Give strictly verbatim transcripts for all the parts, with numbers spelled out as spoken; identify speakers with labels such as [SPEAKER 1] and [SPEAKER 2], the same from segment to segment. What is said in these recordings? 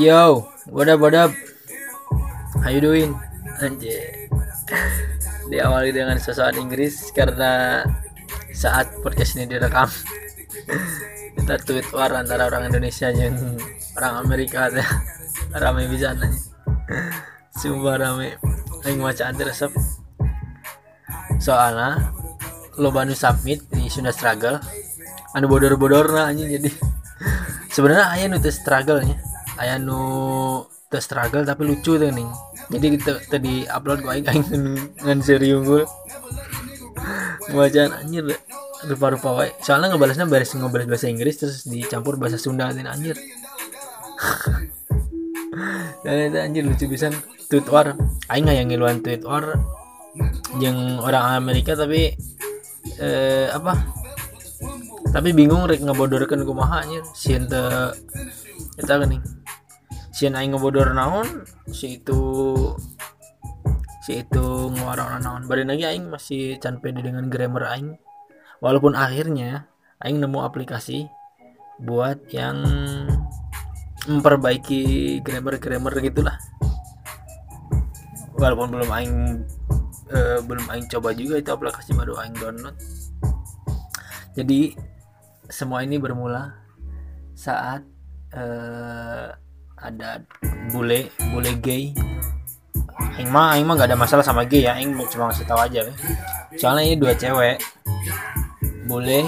[SPEAKER 1] Yo, what up, what up? How you doing? Anjir. Diawali dengan sosokan Inggris karena saat podcast ini direkam kita tweet war antara orang Indonesia yang orang Amerika teh rame bisa nanya. Sumpah rame. Aing maca resep. Soalnya loba nu submit di Sunda Struggle anu bodor-bodorna anjing jadi sebenarnya aya nu teu struggle nya. Aya nu teu struggle tapi lucu tuh nih. Jadi kita tadi upload gua aing aing ngan seri unggul. Bacaan anjir rupa-rupa wae. Soalnya ngebalasnya beres ngebalas bahasa Inggris terus dicampur bahasa Sunda dan anjir. Dan itu anjir lucu pisan tweet war. Aing hayang ngiluan tweet war jeung orang Amerika tapi eh apa? Tapi bingung rek ngebodorkeun kumaha anjir. Sieun teu eta geuning. Sieun aing ngebodor naon, si itu si itu nguarana naon. Bari lagi aing masih can pede dengan grammar aing. Walaupun akhirnya aing nemu aplikasi buat yang memperbaiki grammar-grammar gitulah. Walaupun belum aing e, belum aing coba juga itu aplikasi, baru aing download. Jadi semua ini bermula saat e, ada bule bule gay. Aing mah aing mah gak ada masalah sama gay ya, aing cuma ngasih tahu aja ya. Soalnya ini dua cewek bule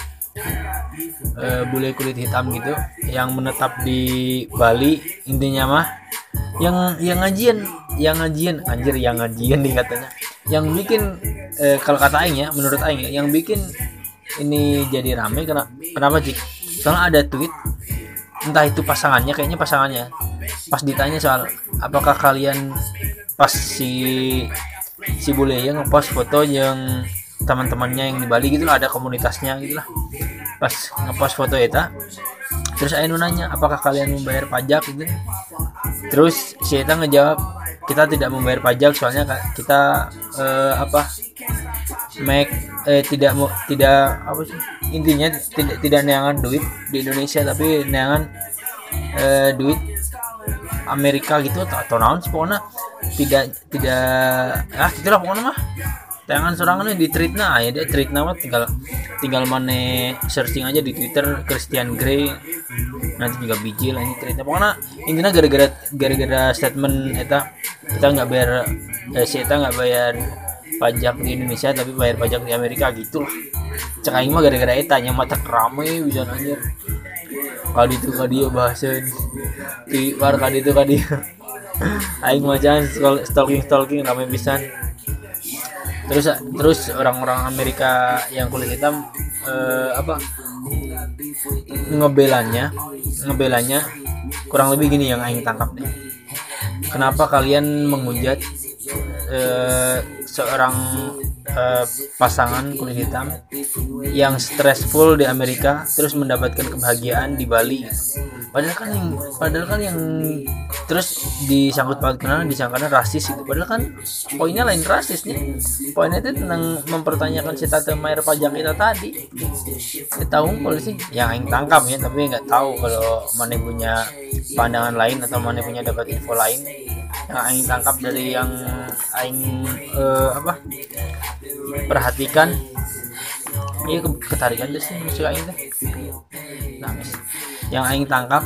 [SPEAKER 1] uh, bule kulit hitam gitu yang menetap di Bali, intinya mah yang yang ngajian yang ngajian anjir yang ngajian nih katanya yang bikin uh, kalau kata aing ya, menurut aing ya, yang bikin ini jadi rame kenapa kenapa sih? Soalnya ada tweet, entah itu pasangannya, kayaknya pasangannya, pas ditanya soal apakah kalian pas si si bule yang ngepost foto yang teman-temannya yang di Bali gitu lah, ada komunitasnya gitu lah, pas ngepost foto eta terus Ainu nanya apakah kalian membayar pajak gitu, terus si eta ngejawab kita tidak membayar pajak soalnya kita eh, apa make eh, tidak mau tidak apa sih intinya tidak tidak neangan duit di Indonesia tapi neangan eh, duit Amerika gitu atau, atau naon pokoknya tidak tidak ah gitulah pokoknya mah tangan sorangannya di tweetna ya, dia tweet nama tinggal tinggal mana searching aja di Twitter Christian Grey nanti juga biji lah ini tweetnya. Pokoknya intinya gara-gara gara-gara statement eta kita nggak bayar eh, si eta nggak bayar pajak di Indonesia tapi bayar pajak di Amerika gitu lah. Cek aing mah gara-gara eta nya mata kerame bisa anjir. Kali itu kali dia bahasa di war kali itu kali aing macan stalking stalking ramai pisan. Terus terus orang-orang Amerika yang kulit hitam eh, apa ngebelanya ngebelanya kurang lebih gini yang aing tangkap deh. Kenapa kalian menghujat eh, seorang eh, pasangan kulit hitam yang stressful di Amerika terus mendapatkan kebahagiaan di Bali? Padahal kan yang padahal kan yang terus disangkut pautkan disangkanya rasis itu. Padahal kan poinnya lain rasisnya. Poinnya itu tentang mempertanyakan si tata bayar pajak kita tadi. Kita tahu polisi yang aing tangkap ya, tapi nggak tahu kalau mana punya pandangan lain atau mana punya dapat info lain. Yang aing tangkap dari yang aing eh, apa perhatikan, ini ketarikan deh sih musik aing teh. Nah, yang aing tangkap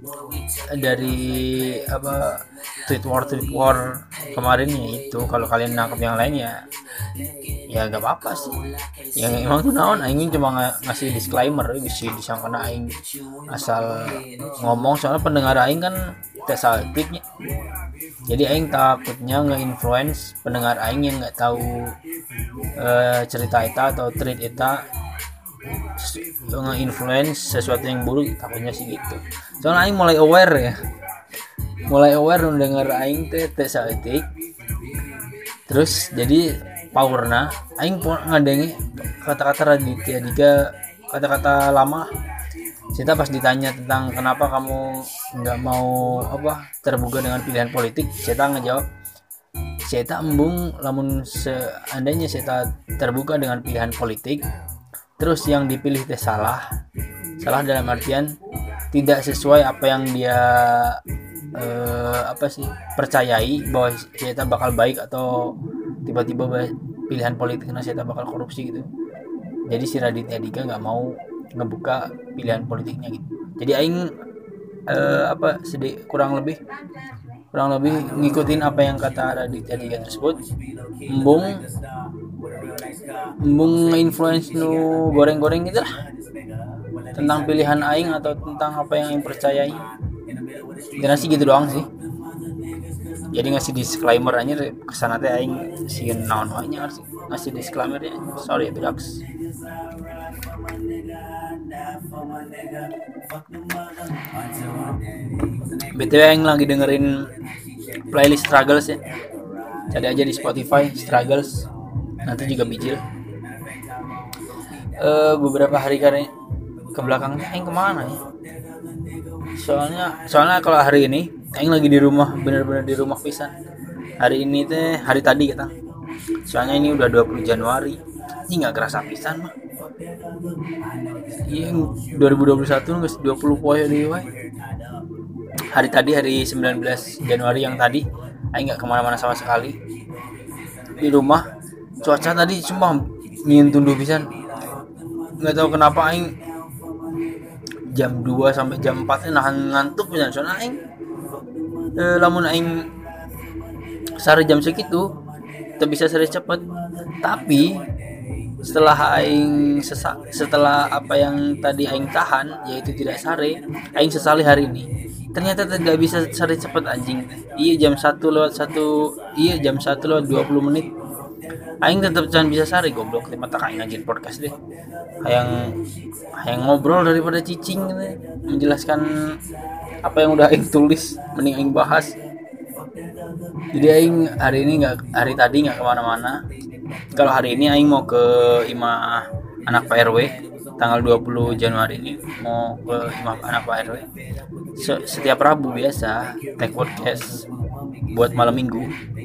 [SPEAKER 1] dari apa tweet war tweet war kemarin ya itu, kalau kalian nangkap yang lain ya ya gak apa-apa sih. Yang emang tuh naon aing cuma ng- ngasih disclaimer bisa disangkana aing asal ngomong soalnya pendengar aing kan tes tweetnya. Jadi aing takutnya nge-influence pendengar aing yang nggak tahu uh, cerita eta atau tweet eta nge-influence sesuatu yang buruk, takutnya sih gitu. Soalnya aing mulai aware ya. Mulai aware mendengar aing teh teh saeutik. Terus jadi powerna aing ngadengi kata-kata Raditya Dika, kata-kata lama. Kita pas ditanya tentang kenapa kamu nggak mau apa terbuka dengan pilihan politik, saya ngejawab saya embung lamun seandainya saya terbuka dengan pilihan politik terus yang dipilih teh salah salah dalam artian tidak sesuai apa yang dia eh, apa sih percayai bahwa saya bakal baik atau tiba-tiba pilihan politiknya saya bakal korupsi gitu. Jadi si Raditya Dika nggak mau ngebuka pilihan politiknya gitu. Jadi aing eh, apa sedih kurang lebih kurang lebih ngikutin apa yang kata Raditya Dika tersebut. Embung embung influence nu goreng-goreng gitu lah tentang pilihan aing atau tentang apa yang aing percayai. Kira sih gitu doang sih. Jadi ngasih disclaimer aja kesana teh aing sieun naon wae nya ngasih disclaimer ya. Sorry Bidax. B T W aing lagi dengerin playlist Struggles ya. Cari aja di Spotify Struggles. Nanti juga bijil. Uh, beberapa hari kali ke belakang aing kemana ya? Soalnya soalnya kalau hari ini aing lagi di rumah, bener-bener di rumah pisan. Hari ini teh hari tadi kita. Soalnya ini udah dua puluh Januari. Ini enggak kerasa pisan mah. Iya dua ribu dua puluh satu geus dua puluh poe deui wae. Hari tadi hari sembilan belas Januari yang tadi aing enggak kemana mana sama sekali. Di rumah cuaca tadi cuma mieun tunduh pisan. Enggak tahu kenapa aing jam dua sampai jam empat nahan ngantuk pisan. Soalnya aing eh, lamun aing sare jam segitu teu bisa sare cepet. Tapi setelah aing sesa, setelah apa yang tadi aing tahan yaitu tidak sare, aing sesali hari ini. Ternyata tidak bisa sare cepet anjing. Iya jam satu lewat satu, iya jam satu lewat dua puluh menit. Aing tetap jangan bisa sare goblok teh mata aing ngajin podcast deh. Hayang hayang ngobrol daripada cicing gitu. Menjelaskan apa yang udah aing tulis mending aing bahas. Jadi aing hari ini enggak hari tadi enggak kemana mana. Kalau hari ini aing mau ke imah anak Pak R W tanggal dua puluh Januari ini mau ke imah anak Pak R W. Setiap Rabu biasa take podcast buat malam Minggu.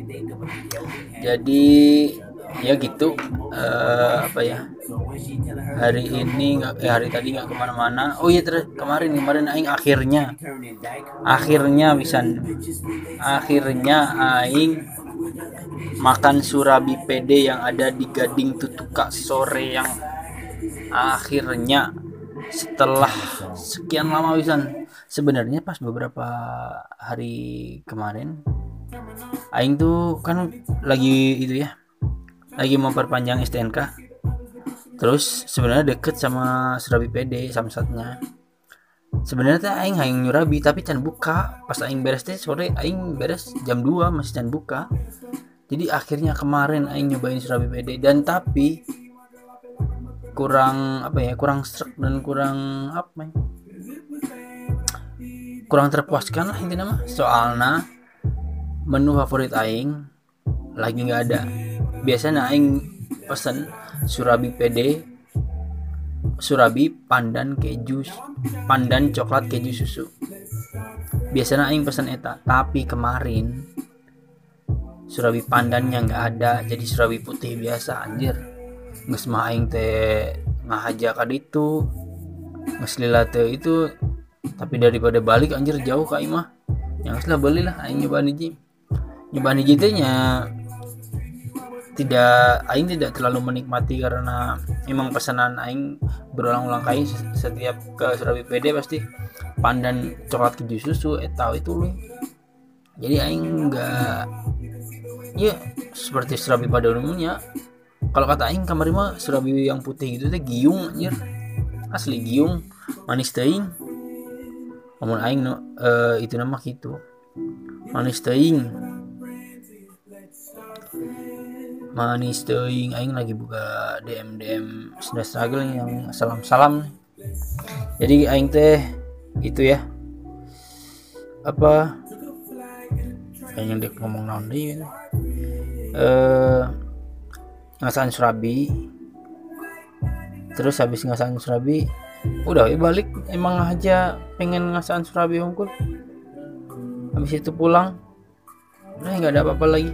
[SPEAKER 1] Jadi ya gitu uh, apa ya hari ini nggak eh, hari tadi nggak kemana-mana. Oh iya terus kemarin kemarin aing akhirnya akhirnya bisa akhirnya aing makan surabi pede yang ada di Gading Tutuka sore yang akhirnya setelah sekian lama wisan. Sebenarnya pas beberapa hari kemarin aing tuh kan lagi itu ya lagi memperpanjang S T N K. Terus sebenarnya deket sama surabi pede samsatnya. Sebenarnya teh aing hayang nyurabi tapi can buka. Pas aing beres teh sore aing beres jam dua masih can buka. Jadi akhirnya kemarin aing nyobain surabi pede dan tapi kurang apa ya kurang serak dan kurang apa ya kurang terpuaskan lah intinya mah. Soalnya menu favorit aing lagi nggak ada. Biasanya aing pesen surabi pede, surabi pandan keju, pandan coklat keju susu. Biasanya aing pesen eta, tapi kemarin surabi pandannya nggak ada, jadi surabi putih biasa anjir. Geus mah aing teh ngahaja ka ditu, geus lila teh itu, tapi daripada balik anjir jauh ka imah. Yang lah beli lah aing nyoba hiji. Nyoba hiji teh nya tidak aing tidak terlalu menikmati karena emang pesanan aing berulang-ulang kali setiap ke surabi pede pasti pandan coklat keju susu eta itu loh. Jadi aing enggak ya seperti surabi pada umumnya. Kalau kata aing kamari mah surabi yang putih gitu teh giung anjir. Asli giung, manis teuing. Lamun aing no, uh, itu nama gitu. Manis teuing. Manis teuing aing lagi buka D M D M sudah struggle yang salam-salam. Jadi aing teh itu ya. Apa kayaknya dia ngomong naon deui ya. Eh ngasan surabi. Terus habis ngasan surabi udah ya balik emang aja pengen ngasan surabi unggul. Habis itu pulang udah enggak ada apa-apa lagi.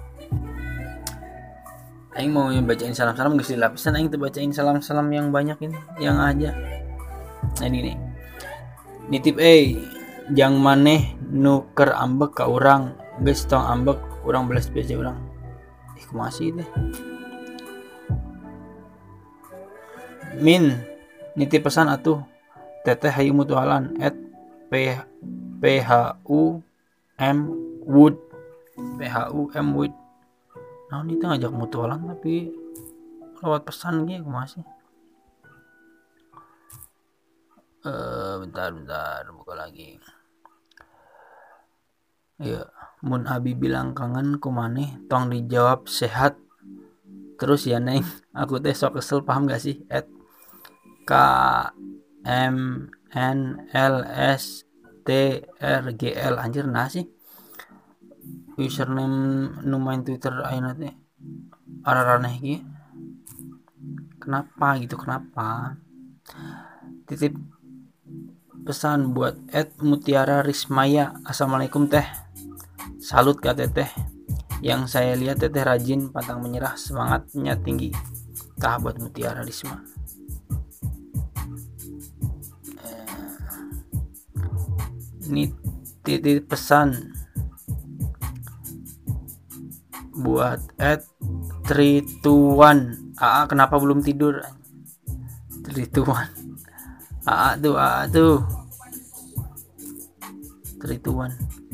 [SPEAKER 1] Aing mau bacain salam-salam geus dilapisan aing teh bacain salam-salam yang banyak ini yang aja. Nah ini nih. Nitip eh jang maneh nuker ambek ka urang geus tong ambek urang belas bece urang. Ih kumasih teh. Min nitip pesan atuh teteh hayu mutualan at p h u m wood p h u m wood. Nah ini tuh ngajak mutualan tapi lewat pesan gitu masih. Uh, bentar bentar buka lagi. Ya, mun abi bilang kangen kumaneh tong dijawab sehat. Terus ya neng, aku teh sok kesel paham gak sih? At K M N L S T R G L anjir nah sih. Username nu main Twitter ayeuna teh araraneh ge. Kenapa gitu kenapa? Titip pesan buat Ed Mutiara Rismaya. Assalamualaikum teh. Salut kak teteh. Yang saya lihat teteh rajin, pantang menyerah, semangatnya tinggi. Tah buat Mutiara Risma. Ini titip pesan buat Ed Trituan. Aa kenapa belum tidur? Trituan. Aa tuh, Aa tuh. Trituan.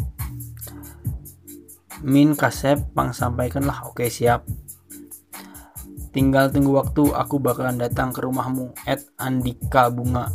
[SPEAKER 1] Min Kasep pang sampaikanlah. Oke siap. Tinggal tunggu waktu, aku bakalan datang ke rumahmu. At Andika Bunga.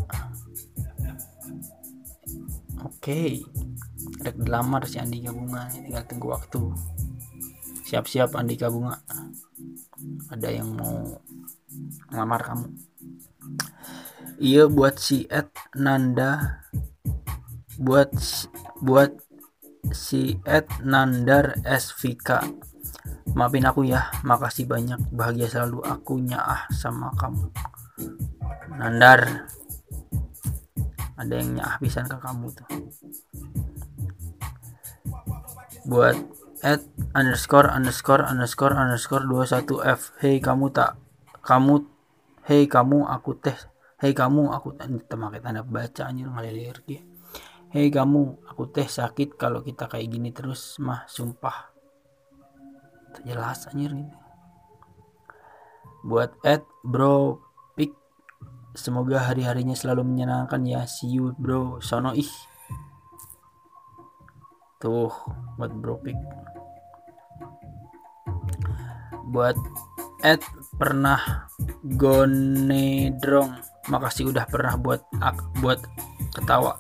[SPEAKER 1] Oke. Rek dilamar si Andika Bunga. Tinggal tunggu waktu. Siap-siap Andika Bunga. Ada yang mau ngelamar kamu. Iya buat si Ed Nanda. Buat buat si Ed Nandar S V K. Maafin aku ya, makasih banyak, bahagia selalu, aku nyaah sama kamu Nandar. Ada yang nyaah pisan ke kamu tuh. Buat Ed underscore underscore underscore underscore dua puluh satu F. Hey kamu tak kamu hey kamu aku teh hey kamu aku teh make tanda baca anjir ngalilir ge. Hei kamu, aku teh sakit kalau kita kayak gini terus mah, sumpah. Jelas anjir gitu. Buat Ed Bro Pick, semoga hari-harinya selalu menyenangkan ya. See you bro, sono ih. Tuh, buat Bro Pick. Buat Ed pernah gonedrong, makasih udah pernah buat buat ketawa.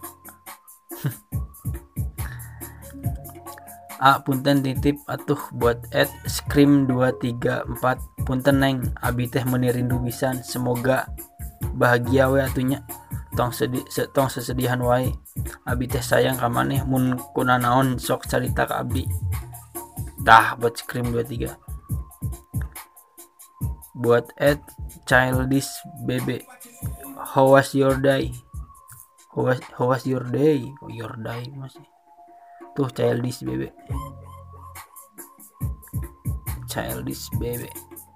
[SPEAKER 1] A punten titip atuh buat Ed Scream dua tiga empat. Punten neng abi teh meuni rindu pisan, semoga bahagia we atunya. Tong sedih tong sesedihan wae. Abi teh sayang ka maneh, mun kunanaon sok carita ka abdi. Dah buat Scream dua tiga. Buat Ed Childish Bebe. How was your day? How was, how was your day? Oh, your day masih. Tuh Childish Bebe. Childish Bebe.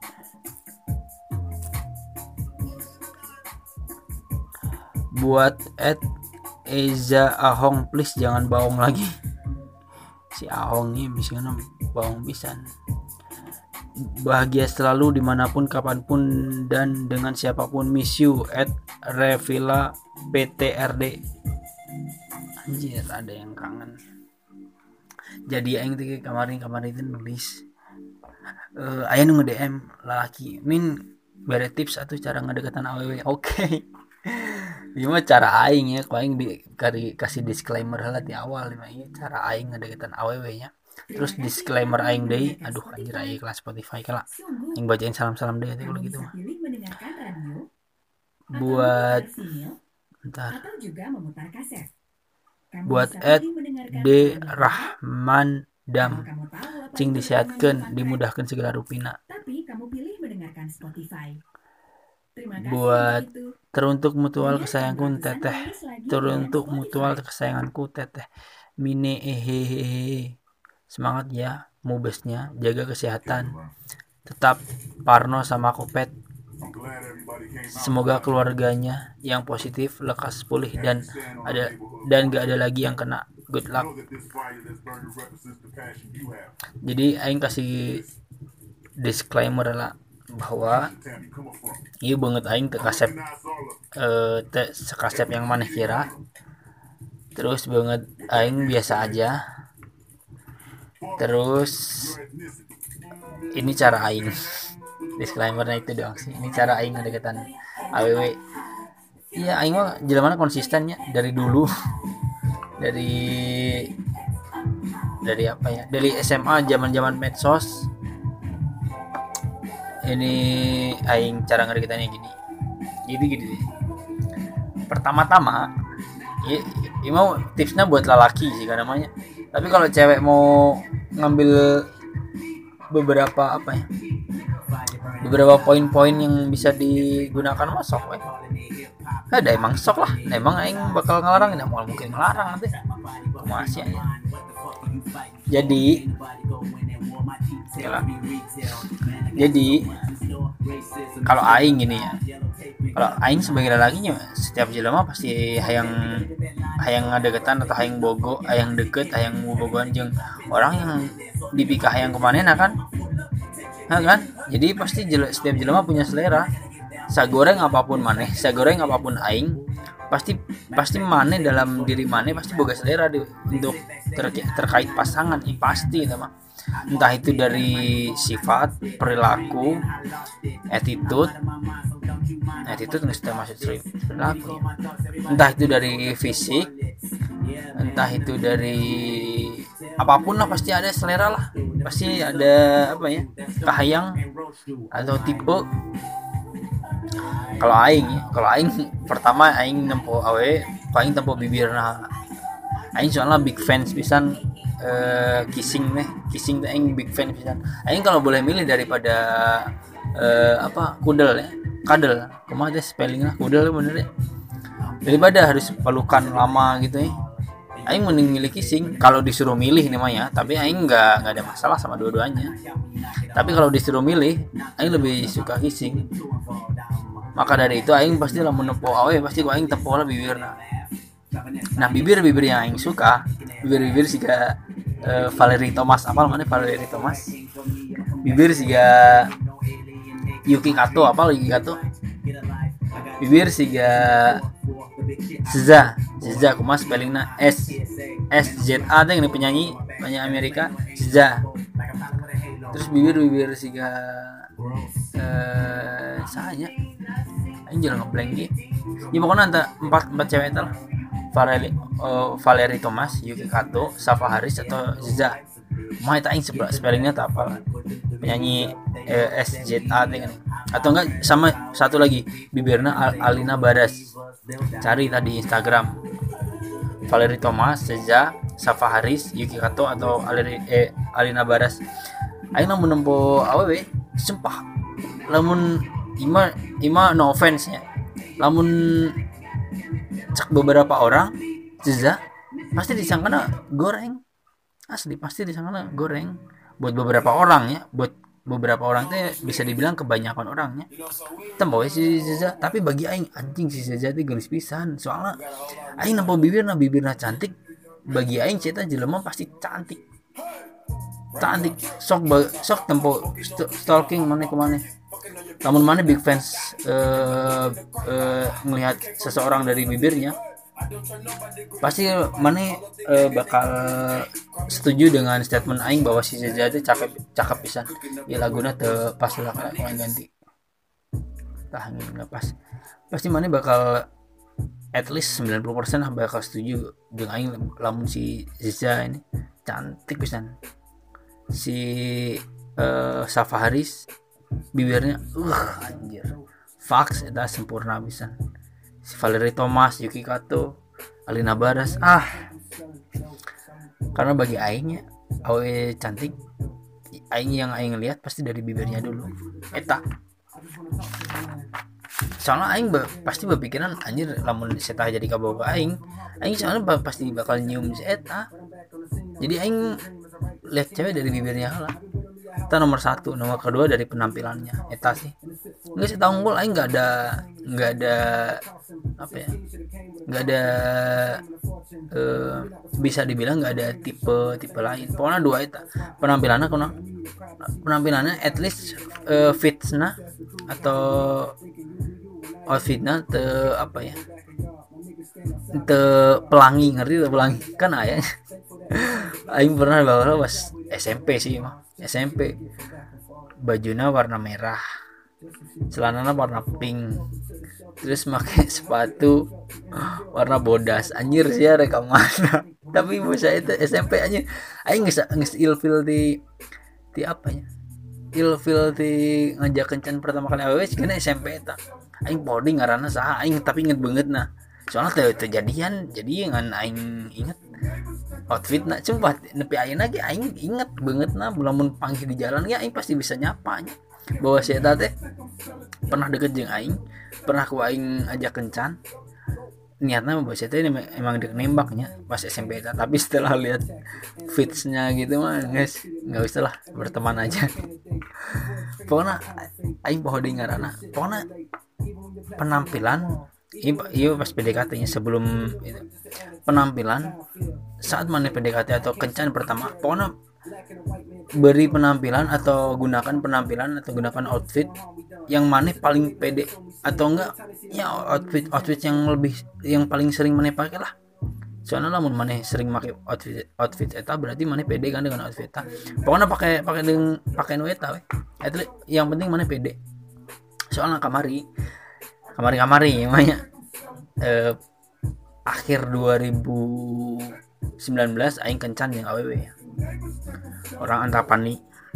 [SPEAKER 1] Buat Ed Eza Ahong, please jangan baong lagi. Si Ahong ini bisa baong pisan. Bahagia selalu dimanapun kapanpun dan dengan siapapun. Miss you at Revila P T R D. Anjir ada yang kangen. Jadi aing teh kemarin-kemarin itu nulis uh, aya nu nge-D M lalaki, Min bere tips atuh cara ngadeketan awewe. Oke. Okay. Ieu mah cara aing ya, ku aing di kasih disclaimer heula di awal mah ieu cara aing ngadeketan awewe nya. Terus disclaimer aing deui, aduh anjir aing kelas Spotify kala. Aing bacain salam-salam deui atuh kalau gitu mah. Buat bentar. Buat Ed D Rahman Dam, cing disehatkeun, dimudahkeun segala rupina. Tapi kamu pilih mendengarkan Spotify. Buat teruntuk mutual kesayanganku teteh, teruntuk mutual kesayanganku teteh Mine ehehehe. Semangat ya mubesnya, jaga kesehatan. Tetap Parno sama Kopet. Semoga keluarganya yang positif lekas pulih dan ada dan gak ada lagi yang kena. Good luck. Jadi aing kasih disclaimer lah bahwa iya banget aing teu kasep eh teu sekasep yang maneh kira. Terus banget aing biasa aja. Terus ini cara aing. Disclaimernya itu doang sih. Ini cara aing ngedeketan awewe. Iya aing mah jelema konsistennya dari dulu. dari dari apa ya? Dari S M A zaman-zaman medsos. Ini aing cara ngedeketannya gini. Jadi gini. Pertama-tama ya, ya mau tipsnya buat lelaki sih kan namanya. Tapi kalau cewek mau ngambil beberapa apa ya? Beberapa poin-poin yang bisa digunakan mah sok weh. Ada emang sok lah. Nah, emang aing bakal ngelarang, nah, mau mungkin ngelarang nanti. Masih aja. Jadi yalah. Jadi kalau aing gini ya. Kalau aing sebagai lelakinya setiap jelema pasti hayang hayang ngadegetan atau hayang bogo, hayang deket, hayang bogoan jeung orang yang dipikah hayang kemanena kan? Nah, kan? Jadi pasti jel- setiap jelema punya selera. Sagoreng apapun maneh, sagoreng apapun aing, pasti pasti maneh dalam diri maneh pasti boga selera di, untuk ter- terkait pasangan, ini pasti itu mah. Entah itu dari sifat, perilaku, attitude, attitude nggak termasuk perilaku. Entah itu dari fisik, entah itu dari apapun lah pasti ada selera lah. Pasti ada apa ya? Kahayang atau tipe. Kalau aing, kalau aing pertama aing nempo awe, aing tempo bibirna. Aing soalnya big fans pisan uh, kissing nih, kissing teh aing big fans pisan. Aing kalau boleh milih daripada uh, apa kudel ya, kadel. Kumaha teh spellingnya kudel bener ya. Daripada harus pelukan lama gitu ya. Aing mending milih kissing kalau disuruh milih nih mah ya, tapi aing enggak enggak ada masalah sama dua-duanya. Tapi kalau disuruh milih, aing lebih suka kissing. Maka dari itu aing pasti lah menempo awe pasti gua aing tempo lah bibirna. Nah, bibir-bibir yang aing suka, bibir-bibir siga uh, Valerie Thomas, apal mana Valerie Thomas? Bibir siga Yuki Kato, apal Yuki Kato? Bibir siga Zeza, Zeza kumaha spellingna S S Z A teh ini penyanyi penyanyi Amerika, Zeza. Terus bibir-bibir siga eh sahanya aing jangan ngeblank gitu. Ya pokoknya antara empat empat cewek itu lah. Valerie uh, Valerie Thomas, Yuki Kato, Safa Haris atau Zeza. Mah eta aing spellingnya tak apa. Penyanyi eh, S Z A dengan atau enggak sama satu lagi bibirna Al- Alina Baras. Cari tadi Instagram. Valerie Thomas, Zeza, Safa Haris, Yuki Kato atau Aleri, eh, Alina Baras. Aing namun nempo awewe sumpah. Lamun ima ima no offense ya. Lamun cek beberapa orang Zeza pasti disangkana goreng. Asli pasti disangkana goreng. Buat beberapa orang ya, buat beberapa orang teh bisa dibilang kebanyakan orangnya. Tempo si Zeza, tapi bagi aing anjing si Zeza teh geus pisan. Soalnya aing nampo bibirna bibirna cantik. Bagi aing cita jelema pasti cantik. Cantik sok sok tempo st- stalking mana ke mana. Namun mana big fans uh, uh, melihat seseorang dari bibirnya pasti mana uh, bakal setuju dengan statement aing bahwa si Zeza itu cakep cakep pisan. Ya laguna teu pas lah kalau ganti. Tah enggak pas. Pasti mana bakal at least sembilan puluh persen bakal setuju dengan aing lamun si Zeza ini cantik pisan. Si uh, Safa Haris bibirnya uh anjir fax eta sempurna pisan. Si Valerie Thomas, Yuki Kato, Alina Baras ah karena bagi aingnya awe cantik aing yang aing lihat pasti dari bibirnya dulu eta. Soalnya aing be, pasti berpikiran anjir lamun setah jadi kaboga aing aing soalnya pasti bakal nyium si eta. Jadi aing lihat cewek dari bibirnya lah. Itu nomor satu, nomor kedua dari penampilannya. Eta sih. nggak sih unggul aing nggak ada nggak ada apa ya nggak ada eh, bisa dibilang nggak ada tipe tipe lain pokoknya dua itu penampilannya kono penampilannya at least uh, fitna atau outfitnya te apa ya te pelangi ngerti te pelangi kan ayah aing pernah bawa pas S M P sih mah S M P bajunya warna merah celananya warna pink terus pakai sepatu warna bodas anjir sih ada kemana tapi bocah itu S M P anjir aing geus geus ilfil di di apa ya ilfil di ngajak kencan pertama kali awewe karena S M P eta aing body ngaranna saha aing tapi inget banget nah soalnya teu terjadian jadi ngan aing inget outfit na sumpah nepi ayeuna ge aing inget banget nah lamun panggil di jalan ge aing pasti bisa nyapa nya bahwa si eta teh pernah deket jeung aing pernah ku aing ajak kencan niatnya bahwa si eta emang dek nembaknya pas S M P eta tapi setelah lihat fitsnya gitu mah guys nggak usah lah berteman aja pokoknya aing poho di ngaranna pokoknya penampilan iya pas P D K T-nya sebelum itu penampilan saat mana P D K T atau kencan pertama pokoknya beri penampilan atau gunakan penampilan atau gunakan outfit yang mana paling pede atau enggak ya outfit outfit yang lebih yang paling sering mana pakai lah soalnya lah mana sering pakai outfit outfit eta berarti mana pede kan dengan outfit eta pokoknya pakai pakai dengan pakai eta we itu yang penting mana pede soalnya kamari kamari kamari namanya eh, akhir dua ribu sembilan belas aing kencan yang awewe ya orang Antapani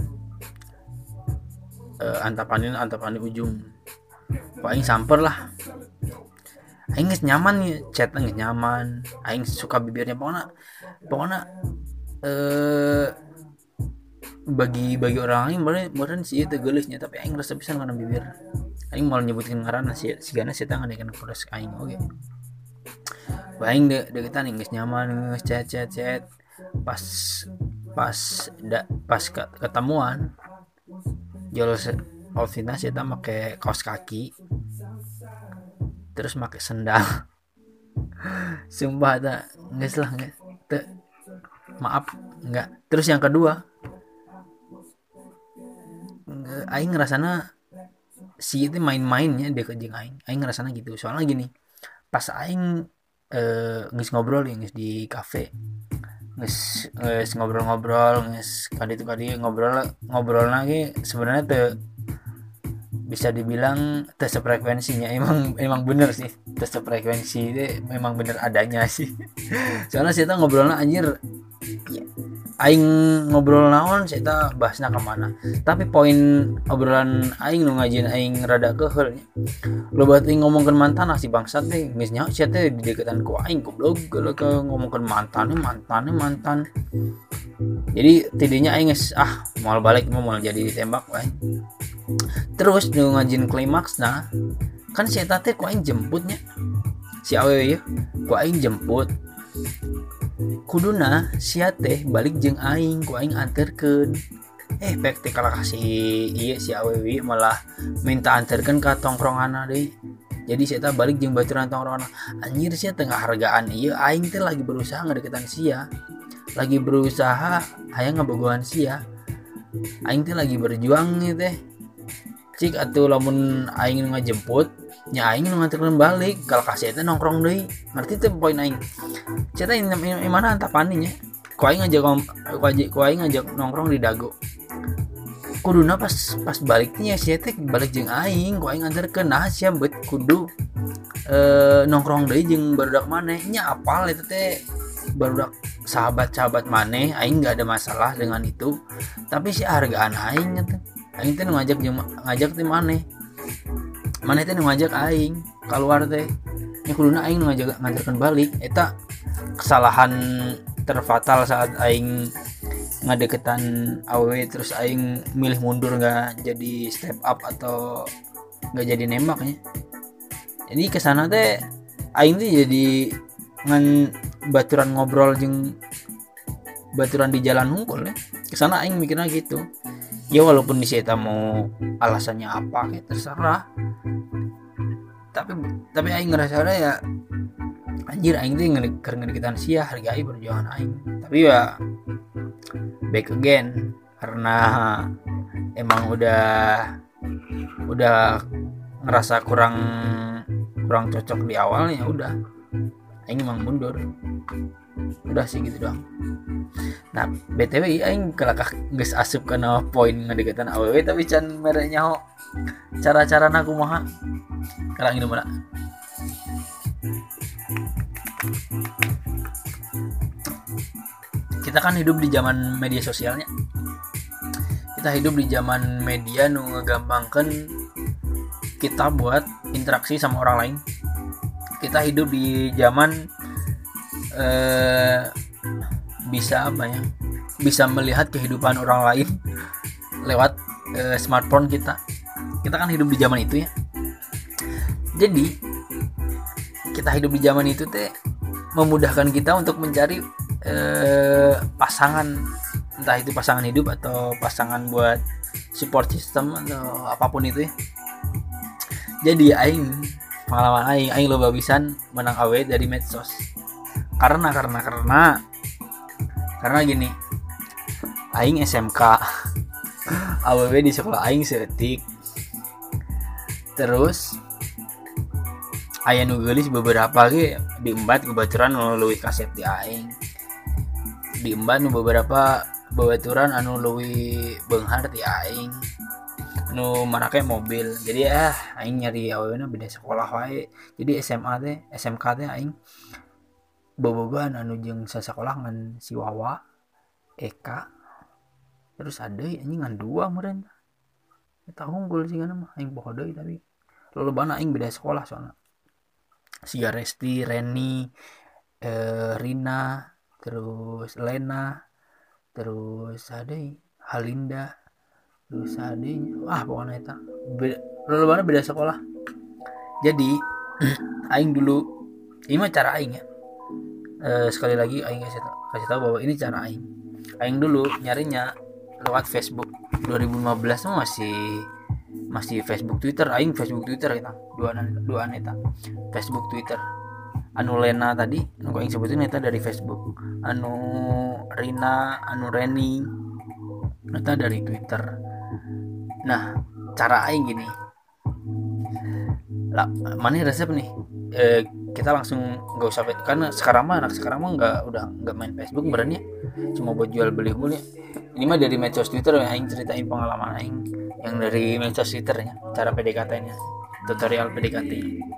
[SPEAKER 1] uh, Antapani Antapani ujung kok aing samper lah aing geus nyaman nih chat geus nyaman aing suka bibirnya pokoknya pokoknya eh bagi bagi orang lain meureun meureun si ieu teh geuleusnya tapi aing rasa pisan kana bibir aing mau nyebutkeun ngaranna si sigana si tangan dekeun kudos aing oge aing de deketan geus nyaman geus chat chat chat pas pas da, pas ketemuan jual outfitnya sih kita pakai kaos kaki terus pakai sendal sumpah tak nggak lah nggak maaf nggak terus yang kedua aing ngerasana si itu main-mainnya dia ke jeung aing aing ngerasana gitu soalnya gini pas aing eh, ngis ngobrol ya ngis di kafe Nges, nges ngobrol-ngobrol nges kali itu kali ngobrol ngobrol lagi sebenarnya tuh bisa dibilang tes frekuensinya emang emang bener sih tes frekuensi itu memang bener adanya sih soalnya kita ngobrolnya anjir ya, aing ngobrol naon kita bahasnya kemana tapi poin obrolan aing nu ngajin aing rada keheul lo berarti ngomongkeun mantan si bangsat teh geus nya sia teh di deketan ku aing goblok kalau ke ngomongkeun mantan mantan mantan jadi tidinya aing geus ah mau balik mau jadi ditembak wae terus nu ngajin klimaksna kan si eta teh ku aing jemputnya si awewe ya ku aing jemput kuduna sia teh balik jeung aing ku aing anterkeun eh pek teh kalah kasih ieu si awewe malah minta anterkeun ka tongkronganna deui jadi sia teh balik jeung baturan tongkronganna anjir sia teh ngahargaan ieu aing teh lagi berusaha ngadeketan sia lagi berusaha aya ngabogohan sia aing teh lagi berjuang nih teh cik atuh lamun aing ngajemput nya aing nganterkeun balik kalau kasih eta nongkrong deui ngerti teh poin aing cerita ini mana Antapani nya ku aing ngajak ku aing ngajak nongkrong di Dago kuduna pas pas baliknya sia teh balik jeung aing ku aing nganterkeun nah sia beut kudu e, nongkrong deui jeung barudak maneh nya apal eta teh barudak sahabat-sahabat maneh aing enggak ada masalah dengan itu tapi si hargaan aing teh aing teh ngajak jeung ngajak teh maneh maneh teh ngajak aing keluar teh nya kuduna aing ngajak nganterkeun balik eta kesalahan terfatal saat aing ngadeketan awewe terus aing milih mundur nggak jadi step up atau nggak jadi nembaknya jadi kesana teh aing tuh jadi ngan baturan ngobrol jeung baturan di jalan hungkul ya kesana aing mikirnya gitu Ya walaupun di saya mau alasannya apa kayak terserah, tapi tapi aing ngerasa ya anjir aing teh ngedikitan sia hargai perjuangan aing. Tapi ya back again karena emang udah udah ngerasa kurang kurang cocok di awal, ya udah aing emang mundur. Udah sih gitu doang. Nah btw aing kelakah geus asup kana poin ngadegetan awewe tapi can mere nyaho cara-carana kumaha kalang ini mana. Kita kan hidup di zaman media sosialnya. Kita hidup di zaman media nu ngegampangkeun kita buat interaksi sama orang lain. Kita hidup di zaman eh, bisa apa ya? Bisa melihat kehidupan orang lain lewat eh, smartphone kita. Kita kan hidup di zaman itu ya. Jadi kita hidup di zaman itu teh memudahkan kita untuk mencari eh, pasangan, entah itu pasangan hidup atau pasangan buat support system atau apapun itu ya. Jadi aing pengalaman aing aing loba pisan menang awe dari medsos. Karena karena karena karena gini. Aing S M K. Awewe di sekolah aing seutik. Terus aya nu geulis beberapa ge diembat kebaturan anu leuwih kaset di aing. Diembat nu beberapa babaturan anu leuwih beunghar ti aing. Nu marake mobil. Jadi ah aing nyari aweuna beda sekolah wae. Jadi S M A teh, S M K teh aing bobogohan anu jeung sasekolah ngan si Wawa, Eka. Terus ada anjing ngan dua meureun. Eta unggul sih kana mah aing poho deui tapi lolobana aing beda sekolah soalna. Siga Resti, Reni, eh, Rina, terus Lena, terus ada Halinda, terus ada ah pokoknya eta lolobana beda sekolah. Jadi aing dulu ini mah cara aing ya. Eh, sekali lagi aing kasih kasih tahu bahwa ini cara aing. Aing dulu nyarinya lewat Facebook. dua ribu lima belas mah masih masih Facebook Twitter, aing Facebook Twitter kita dua dua eta Facebook Twitter. Anu Lena tadi anu aing sebutin eta dari Facebook, anu Rina, anu Reni eta dari Twitter. Nah cara aing gini lah, mana resep nih e, kita langsung nggak usah, karena sekarang mah anak sekarang mah nggak udah nggak main Facebook berani, cuma buat jual beli mulu. Ini mah dari medsos Twitter yang aing ceritain pengalaman aing yang dari medsos Twitternya, cara P D K T-nya, tutorial P D K T.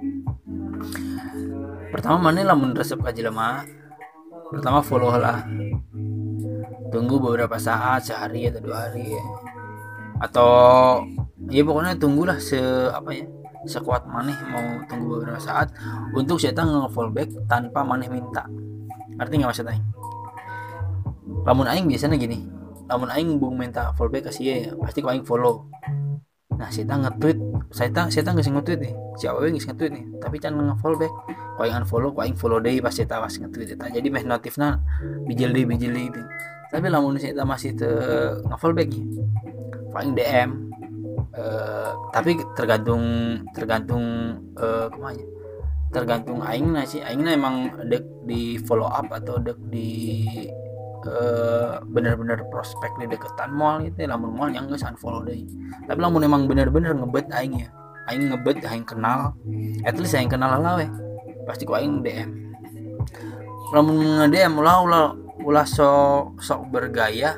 [SPEAKER 1] Pertama mana lamun resep ka jelema, pertama follow lah, tunggu beberapa saat, sehari atau dua hari ya. Atau ya pokoknya tunggulah se apa ya sekuat maneh mau tunggu beberapa saat untuk saya nge-follow back tanpa maneh minta. Ngerti nggak maksud aing? Lamun aing biasanya gini, lamun aing bung minta follow back kasih ya pasti ku aing follow. Nah saya nge-tweet, saya tang saya tang geus nge-tweet nih, si awewe geus nge-tweet nih, tapi can nge-follow back. Ku aing unfollow, ku aing follow deui pas saya pas nge-tweet eta. Jadi meh notifna bijil deui bijil deui gitu. Tapi lamun saya masih teu nge-follow back ya, ku aing D M. Uh, tapi tergantung tergantung uh, kemana tergantung aingna sih, aingna emang dek di follow up atau dek di uh, bener-bener prospek di deketan mall gitu, lamun mall yang geus unfollow deui. Tapi lamun emang bener-bener ngebet aing ya, aing ngebet aing kenal, at least aing kenal lah we, pasti ku aing D M. Lamun nge-D M ulah ulah ulah sok sok bergaya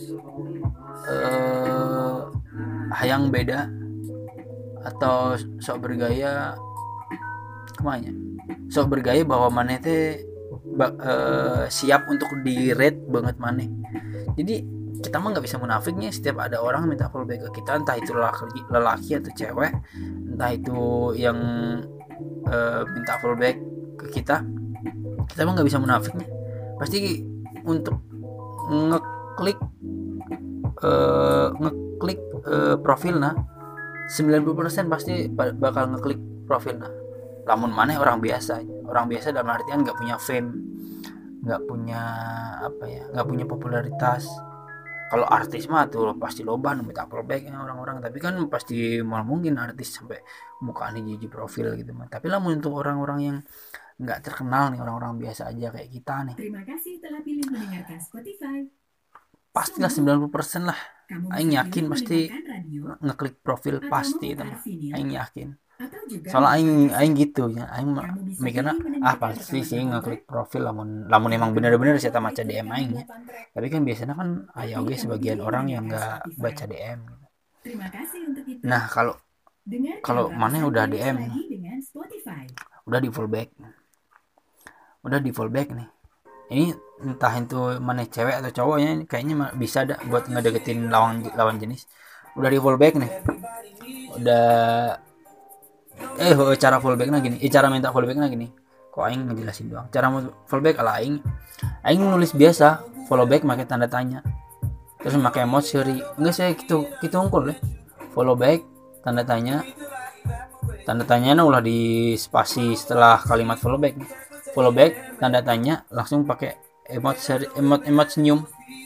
[SPEAKER 1] uh, hayang beda atau sok bergaya kemana sok bergaya bahwa maneh teh uh, siap untuk di rate banget maneh. Jadi kita mah nggak bisa munafiknya, setiap ada orang minta follow back ke kita, entah itu lelaki, lelaki atau cewek, entah itu yang uh, minta follow back ke kita, kita mah nggak bisa munafiknya. Pasti untuk ngeklik uh, ngeklik uh, profilna sembilan puluh persen pasti bakal ngeklik profilna. Lamun maneh orang biasa, orang biasa dalam artian nggak punya fame, nggak punya apa ya, nggak punya popularitas. Kalau artis mah tuh pasti loba nu minta fallback orang-orang, tapi kan pasti mal mungkin artis sampai mukaan hiji profil gitu mah. Tapi lah untuk orang-orang yang nggak terkenal nih, orang-orang biasa aja kayak kita nih,
[SPEAKER 2] Terima kasih telah pilih mendengarkan Spotify.
[SPEAKER 1] pastilah sembilan puluh persen lah
[SPEAKER 2] Kamu
[SPEAKER 1] aing
[SPEAKER 2] bisa
[SPEAKER 1] yakin
[SPEAKER 2] pilih
[SPEAKER 1] pasti
[SPEAKER 2] mendengarkan radio
[SPEAKER 1] ngeklik profil
[SPEAKER 2] atau
[SPEAKER 1] pasti itu
[SPEAKER 2] memutar
[SPEAKER 1] mah.
[SPEAKER 2] vinyl
[SPEAKER 1] Aing yakin.
[SPEAKER 2] atau juga
[SPEAKER 1] Soalnya aing
[SPEAKER 2] memutar
[SPEAKER 1] aing
[SPEAKER 2] kaset.
[SPEAKER 1] gitu ya. Aing mah
[SPEAKER 2] Kamu bisa
[SPEAKER 1] mikirnya
[SPEAKER 2] pilih
[SPEAKER 1] ah
[SPEAKER 2] mendengarkan
[SPEAKER 1] pasti
[SPEAKER 2] rekaman
[SPEAKER 1] sih
[SPEAKER 2] audio
[SPEAKER 1] ngeklik
[SPEAKER 2] track
[SPEAKER 1] profil lamun lamun
[SPEAKER 2] atau
[SPEAKER 1] emang
[SPEAKER 2] kamu
[SPEAKER 1] bener-bener
[SPEAKER 2] download
[SPEAKER 1] saya
[SPEAKER 2] dan
[SPEAKER 1] baca D M
[SPEAKER 2] ikutkan
[SPEAKER 1] aing ya.
[SPEAKER 2] delapan track.
[SPEAKER 1] Tapi kan biasanya kan aya
[SPEAKER 2] Tapi
[SPEAKER 1] oge
[SPEAKER 2] kamu
[SPEAKER 1] sebagian
[SPEAKER 2] pilih
[SPEAKER 1] orang yang
[SPEAKER 2] mendengarkan
[SPEAKER 1] nggak
[SPEAKER 2] Spotify.
[SPEAKER 1] baca D M gitu.
[SPEAKER 2] Terima kasih untuk itu.
[SPEAKER 1] Nah, kalau
[SPEAKER 2] Dengarkan
[SPEAKER 1] kalau mana
[SPEAKER 2] ratusan
[SPEAKER 1] udah
[SPEAKER 2] playlist
[SPEAKER 1] D M
[SPEAKER 2] lagi dengan Spotify.
[SPEAKER 1] udah di fallback. Udah di fallback nih. Ini entah itu mana cewek atau cowoknya kayaknya mah bisa dah buat ngedeketin lawan lawan jenis. Udah di fallback nih. Udah eh oh, cara fallbacknya gini. Eh cara minta fallbacknya gini. Kok aing ngejelasin doang. Cara mau fallback ala aing. Aing nulis biasa, follow back pakai tanda tanya. Terus pakai emoji seri. Enggak saya gitu gitu unggul ya. Follow back tanda tanya. Tanda tanyanya ulah di spasi setelah kalimat follow back. Follow back tanda tanya langsung pakai emot seri, emot emot senyum.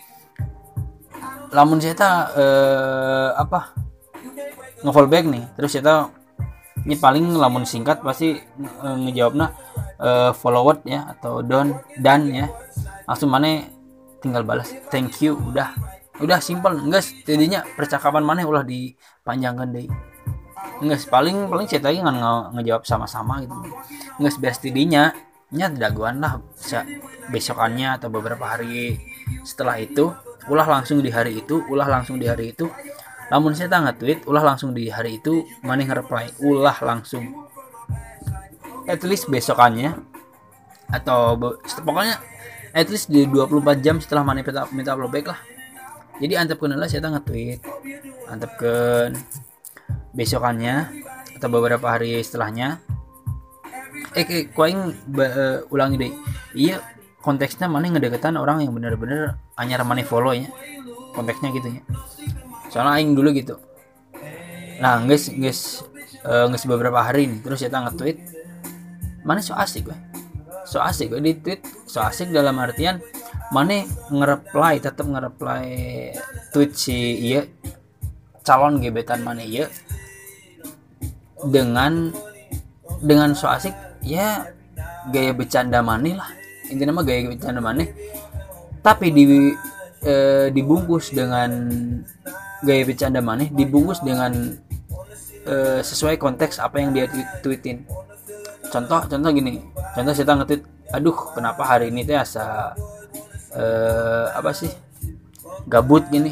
[SPEAKER 1] Lamun saya tak eh, apa nge-follow back nih. Terus saya ini paling lamun singkat pasti eh, ngejawabnya eh, forward ya atau don dan ya. Langsung mana tinggal balas thank you, udah udah simpel. Enggak jadinya percakapan mana ulah dipanjangkan deh. Enggak paling paling saya tadi nggak ngejawab sama-sama gitu. Enggak biasa tidinya nya daguan lah besokannya atau beberapa hari setelah itu ulah langsung di hari itu ulah langsung di hari itu lamun saya tak nge-tweet ulah langsung di hari itu mana nge-reply ulah langsung at least besokannya atau pokoknya at least di dua puluh empat jam setelah mana minta minta fallback lah. Jadi antepkeun lah saya tak nge-tweet antepkeun besokannya atau beberapa hari setelahnya eh kayak kuaing uh, ulangi deh. Iya konteksnya mana ngedeketan orang yang benar-benar anyar mana follow ya. Konteksnya gitu ya. Soalnya aing dulu gitu. Nah, guys, guys uh, guys beberapa hari nih terus kita nge-tweet. Mana so asik gue. So asik gue di tweet, so asik dalam artian mana nge-reply tetap nge-reply tweet si iya calon gebetan mana iya dengan dengan so asik ya gaya bercanda maneh lah intinya mah gaya bercanda maneh tapi di e, dibungkus dengan gaya bercanda maneh dibungkus dengan e, sesuai konteks apa yang dia tweetin. Contoh contoh gini, contoh saya nge-tweet, aduh kenapa hari ini teh asa e, apa sih gabut gini.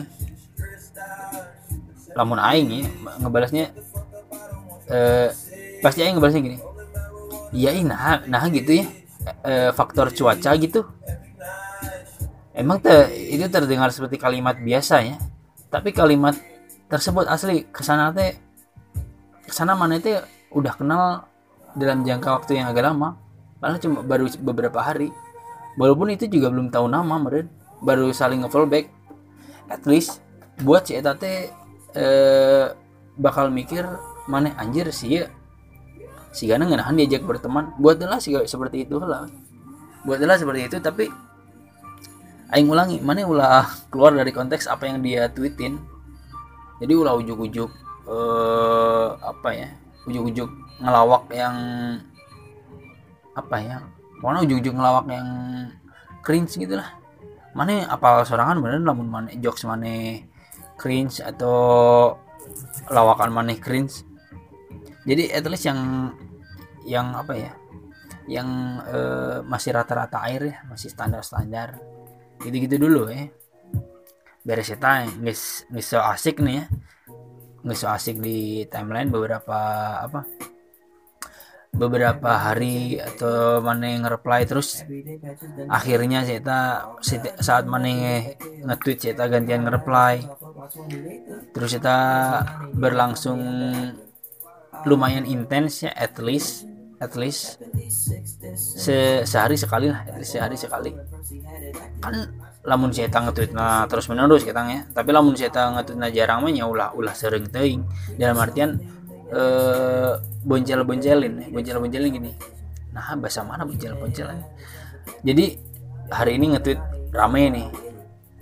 [SPEAKER 1] Lamun aing ya ngebalasnya e, pasti aing ngebalasnya gini. Iya nah, nah gitu ya e, faktor cuaca gitu. Emang te, itu terdengar seperti kalimat biasa ya, tapi kalimat tersebut asli kesana teh kesana mana teh udah kenal dalam jangka waktu yang agak lama, padahal cuma baru beberapa hari. Walaupun itu juga belum tahu nama meren, baru saling nge-fallback. At least buat si eta teh e, bakal mikir mana anjir sih ya. Si Gana ngenahan diajak berteman, buatlah sih seperti itu lah, buatlah seperti itu. Tapi aing ulangi, mana ulah keluar dari konteks apa yang dia tweetin. Jadi ulah ujuk-ujuk eh, apa ya, ujuk-ujuk ngelawak yang apa ya, mana ujuk-ujuk ngelawak yang cringe gitulah. Mana apal sorangan bener namun mana jokes mana cringe atau lawakan mana cringe. Jadi at least yang yang apa ya, yang uh, masih rata-rata air ya, masih standar-standar gitu-gitu dulu ya. Beres eta geus geus so asik nih ya, geus so asik di timeline beberapa apa beberapa hari atau mana nge-reply terus akhirnya saya saat mana nge-tweet saya gantian nge-reply terus kita berlangsung lumayan intens ya, at least at least se sehari sekali lah, at least sehari sekali. Kan lamun saya nge-tweet nah terus menerus kita ya, tapi lamun saya nge-tweet nah jarang mah nya ulah ulah sering teuing dalam artian eh boncel-boncelin, boncel-boncelin gini. Nah, bahasa mana boncel-boncelan? Jadi hari ini nge-tweet rame nih.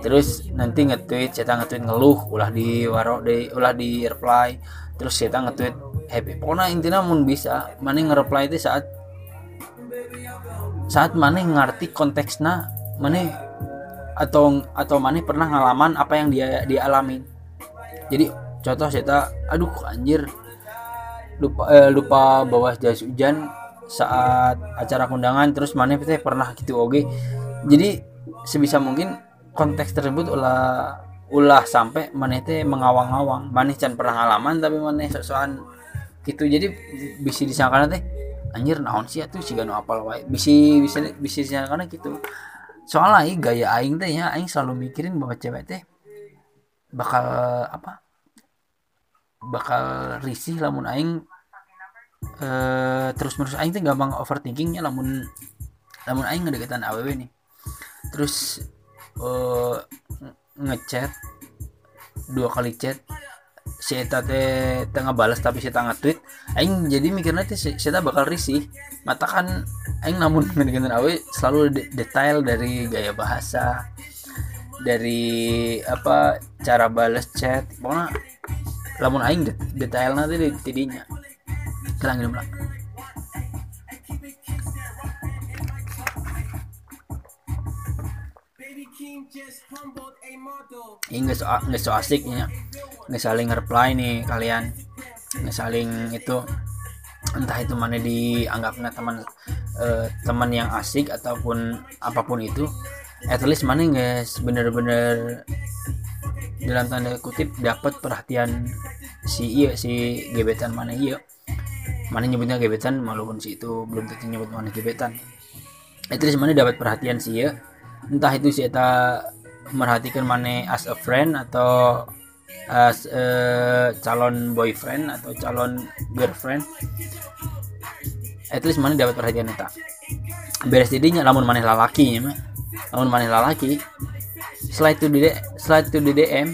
[SPEAKER 1] terus nanti nge-tweet saya nge-tweet ngeluh ulah di waro di ulah di reply, terus saya nge-tweet happy. Pokoknya intinya mun bisa mana nge-reply itu saat saat mana ngerti konteksnya mana atau atau mana pernah ngalaman apa yang dia dia alamin. Jadi contoh saya aduh anjir lupa eh, lupa bawa jas hujan saat acara kondangan, terus mana teh pernah gitu oke. Jadi sebisa mungkin konteks tersebut ulah ulah sampai mana teh mengawang-awang mana can pernah ngalaman tapi mana sosokan gitu. Jadi bisa disangkana teh anjir naon sih atuh siga nu apal wae, bisa bisa bisa disangkana gitu. Soalnya gaya aing teh ya aing selalu mikirin bahwa cewek teh bakal apa bakal risih lamun aing uh, terus-menerus. Aing teh gampang overthinkingnya lamun lamun aing ngedeketan awewe nih terus uh, ngechat dua kali chat si eta teh tengah balas tapi si tengah tweet, aing jadi mikirnya teh si eta bakal risih. Mata kan aing namun ngedeketan awewe selalu de- detail dari gaya bahasa, dari apa cara balas chat, pokoknya lamun aing detailna teh di tidinya. Kelang gini belak. Ini nggak so nggak so asiknya, nggak saling reply nih kalian, nggak saling itu entah itu mana dianggapnya teman eh, teman yang asik ataupun apapun itu, at least mana nggak bener-bener dalam tanda kutip dapat perhatian si iya si gebetan mana iya mana nyebutnya gebetan walaupun si itu belum tentu nyebut mana gebetan. Itu mana dapat perhatian si iya, entah itu si eta merhatikan mana as a friend atau as a calon boyfriend atau calon girlfriend, at least mana dapat perhatian eta. Beres didinya lamun mana lalaki nya mah lamun mana lalaki slide to di slide to di D M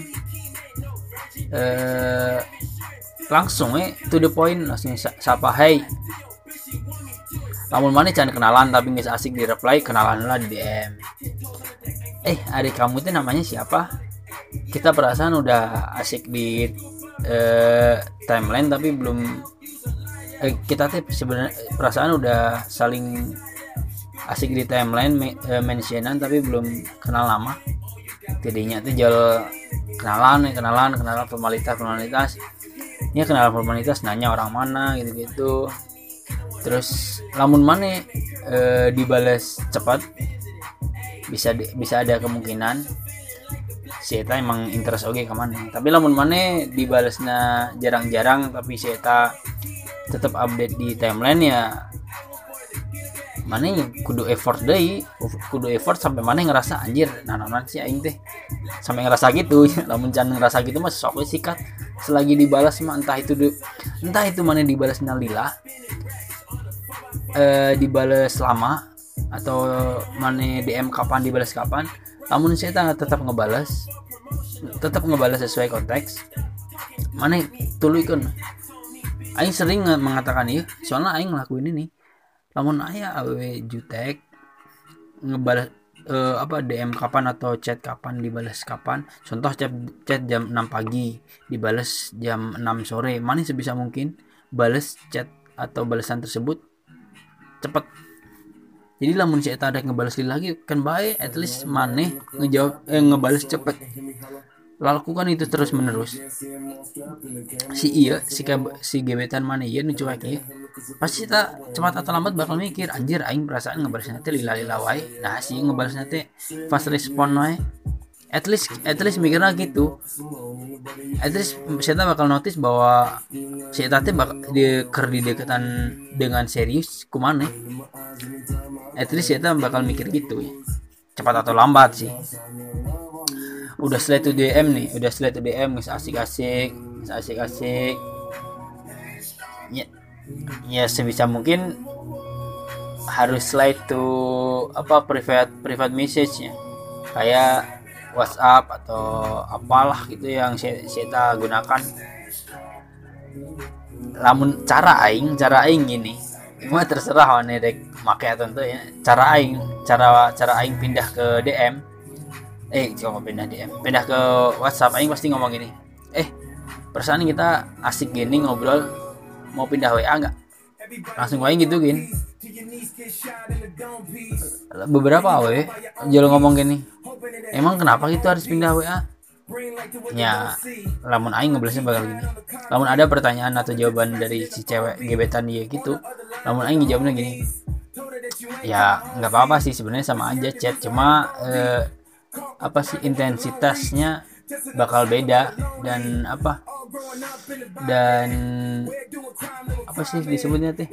[SPEAKER 1] eh, langsung eh to the point, langsung sapa hey. Lamun mana can kenalan tapi nggak asik di reply, kenalan lah di D M. Eh adik kamu itu namanya siapa? Kita perasaan udah asik di eh, timeline tapi belum eh, kita tuh sebenarnya perasaan udah saling asik di timeline me, eh, mentionan tapi belum kenal lama. Jadinya tuh jual kenalan, kenalan, kenalan formalitas, formalitas. Ini kenalan formalitas, nanya orang mana gitu-gitu. Terus lamun mana e, dibalas cepat, bisa bisa ada kemungkinan si eta emang interest oge ke mana. Tapi lamun mana dibalasnya jarang-jarang tapi si eta tetap update di timeline ya mana kudu effort deh, kudu effort sampai mana ngerasa anjir nah nanan sih aing teh sampai ngerasa gitu. Lamun jangan ngerasa gitu mah sok we sikat selagi dibalas mah, entah itu di, entah itu mana dibalasnya lila eh dibalas lama atau mana D M kapan dibalas kapan, namun saya tetap ngebalas tetap ngebalas sesuai konteks mana tuluikeun. Aing sering mengatakan ieu soalnya aing ngelakuin ini. Lamun aya awewe jutek ngebalas eh, apa D M kapan atau chat kapan dibalas kapan, contoh chat chat jam enam pagi dibalas jam enam sore, mana sebisa mungkin balas chat atau balasan tersebut cepat. Jadi lamun si eta ada ngebalas lagi kan bae, at least maneh ngejawab eh, ngebalas cepet. Lakukan itu terus menerus. Si iya si si gebetan mana iya nu cuek ieu pasti tak cepat atau lambat bakal mikir anjir aing perasaan ngebalasnya teh lila-lila wae. Nah si ngebalasnya teh fast respon wae. At least at least mikirnya gitu. At least si eta bakal notice bahwa si eta teh bakal di keur di deketan dengan serius kumaneh. At least si eta bakal mikir gitu ya. Cepat atau lambat sih. Udah slide to D M nih, udah slide to D M geus asik-asik, geus asik-asik. Ya, ya sebisa mungkin harus slide to apa private private message-nya. Kayak WhatsApp atau apalah gitu yang saya gunakan. Lamun cara aing, cara aing gini. Cuma terserah mana dek make atau ya. Cara aing, cara cara aing pindah ke D M. eh coba pindah D M, pindah ke WhatsApp, aing pasti ngomong gini, eh perasaan kita asik gini ngobrol, mau pindah W A nggak? Langsung aing gitu gini. Beberapa awe jual ngomong gini, emang kenapa gitu harus pindah W A? Ya, lamun aing ngeblesnya bakal gini. Lamun ada pertanyaan atau jawaban dari si cewek gebetan dia gitu, lamun aing jawabnya gini. Ya, nggak apa-apa sih sebenarnya sama aja chat, cuma eh, apa sih intensitasnya bakal beda dan apa? Dan apa sih disebutnya teh?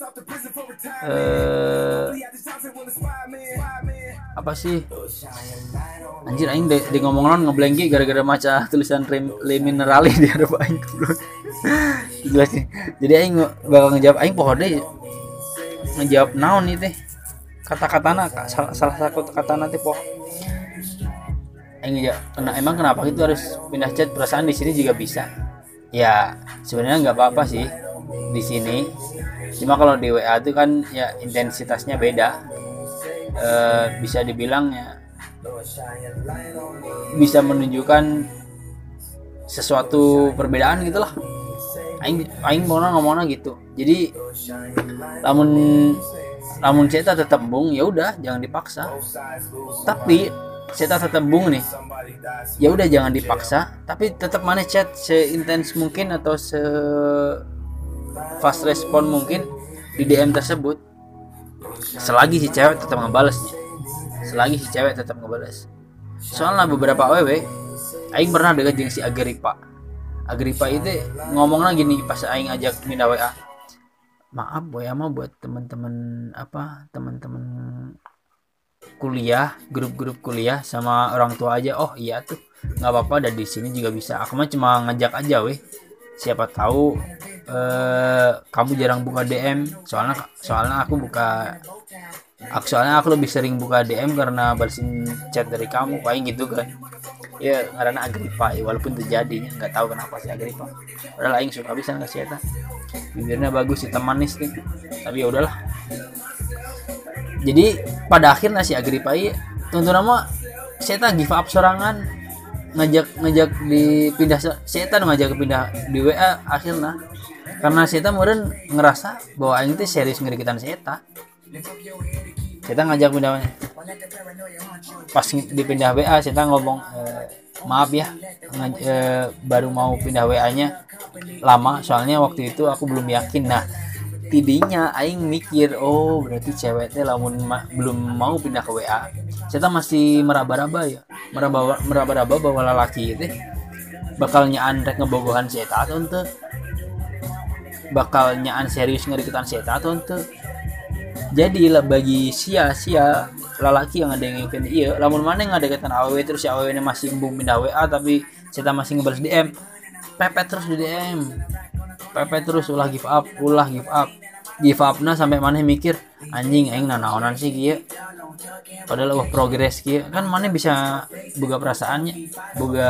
[SPEAKER 1] Eh apa sih? Anjir aing de, de ngomong-ngomong ngeblank gara-gara maca tulisan Le Minerali di hadapan aing goblok. Jelas sih. Jadi aing bakal ngejawab aing poho deh ngejawab naon nih teh. Kata-katana salah, salah satu kata teh poho. Aing ngejawab, kena, emang kenapa itu harus pindah chat? Perasaan di sini juga bisa. Ya, sebenarnya enggak apa-apa sih di sini. Cuma kalau di W A itu kan ya intensitasnya beda. E, bisa dibilang ya bisa menunjukkan sesuatu perbedaan gitulah. Aing aing mau ngomongnya gitu. Jadi lamun lamun cerita tetap bung ya udah jangan dipaksa. Tapi cerita tetap bung nih. Ya udah jangan dipaksa, tapi tetap mana chat seintens mungkin atau se fast respon mungkin di D M tersebut. Selagi si cewek tetap ngebalasnya. Selagi si cewek tetap ngebalas. Soalnya beberapa awewe aing pernah deket jeung si Agripa. Agripa itu ngomongnya gini pas aing ajak pindah W A. Maaf W A mah buat teman-teman apa? Teman-teman kuliah, grup-grup kuliah sama orang tua aja. Oh iya tuh. Enggak apa-apa dan di sini juga bisa. Aku mah cuma ngajak aja weh. Siapa tahu eh, kamu jarang buka D M. Soalnya soalnya aku buka Aku soalnya aku lebih sering buka D M karena balesin chat dari kamu, kayak gitu kan. Ya karena Agripa, ya, walaupun terjadi nggak tahu kenapa sih Agripa. Padahal aing suka bisa nggak sih eta. Bibirnya bagus, hitam manis nih. Tapi ya udahlah. Jadi pada akhirnya si Agripa ya tuntun nama saya give up sorangan ngajak ngajak dipindah saya ngajak pindah di W A akhirnya karena saya meureun ngerasa bahwa aing teh serius ngerikitan saya kita ngajak pindahnya pas dipindah W A kita ngomong e, maaf ya ngaj- e, baru mau pindah W A nya lama soalnya waktu itu aku belum yakin. Nah tidinya aing mikir oh berarti ceweknya lamun ma- belum mau pindah ke W A kita masih meraba-raba ya meraba meraba-raba bahwa lelaki itu bakal nyaan rek ngebogohan si eta atau ente bakal nyaan serius ngerikitan si eta atau ente. Jadi lah bagi sia-sia lelaki yang ada yang ngikutin iya lamun mana yang ada kaitan awewe terus si awewe masih embung pindah W A tapi kita masih ngebalas D M pepet terus di D M pepet terus ulah give up ulah give up give up na sampai mana mikir anjing aing nanaonan sih kieu padahal wah progres kieu kan mana bisa boga perasaannya boga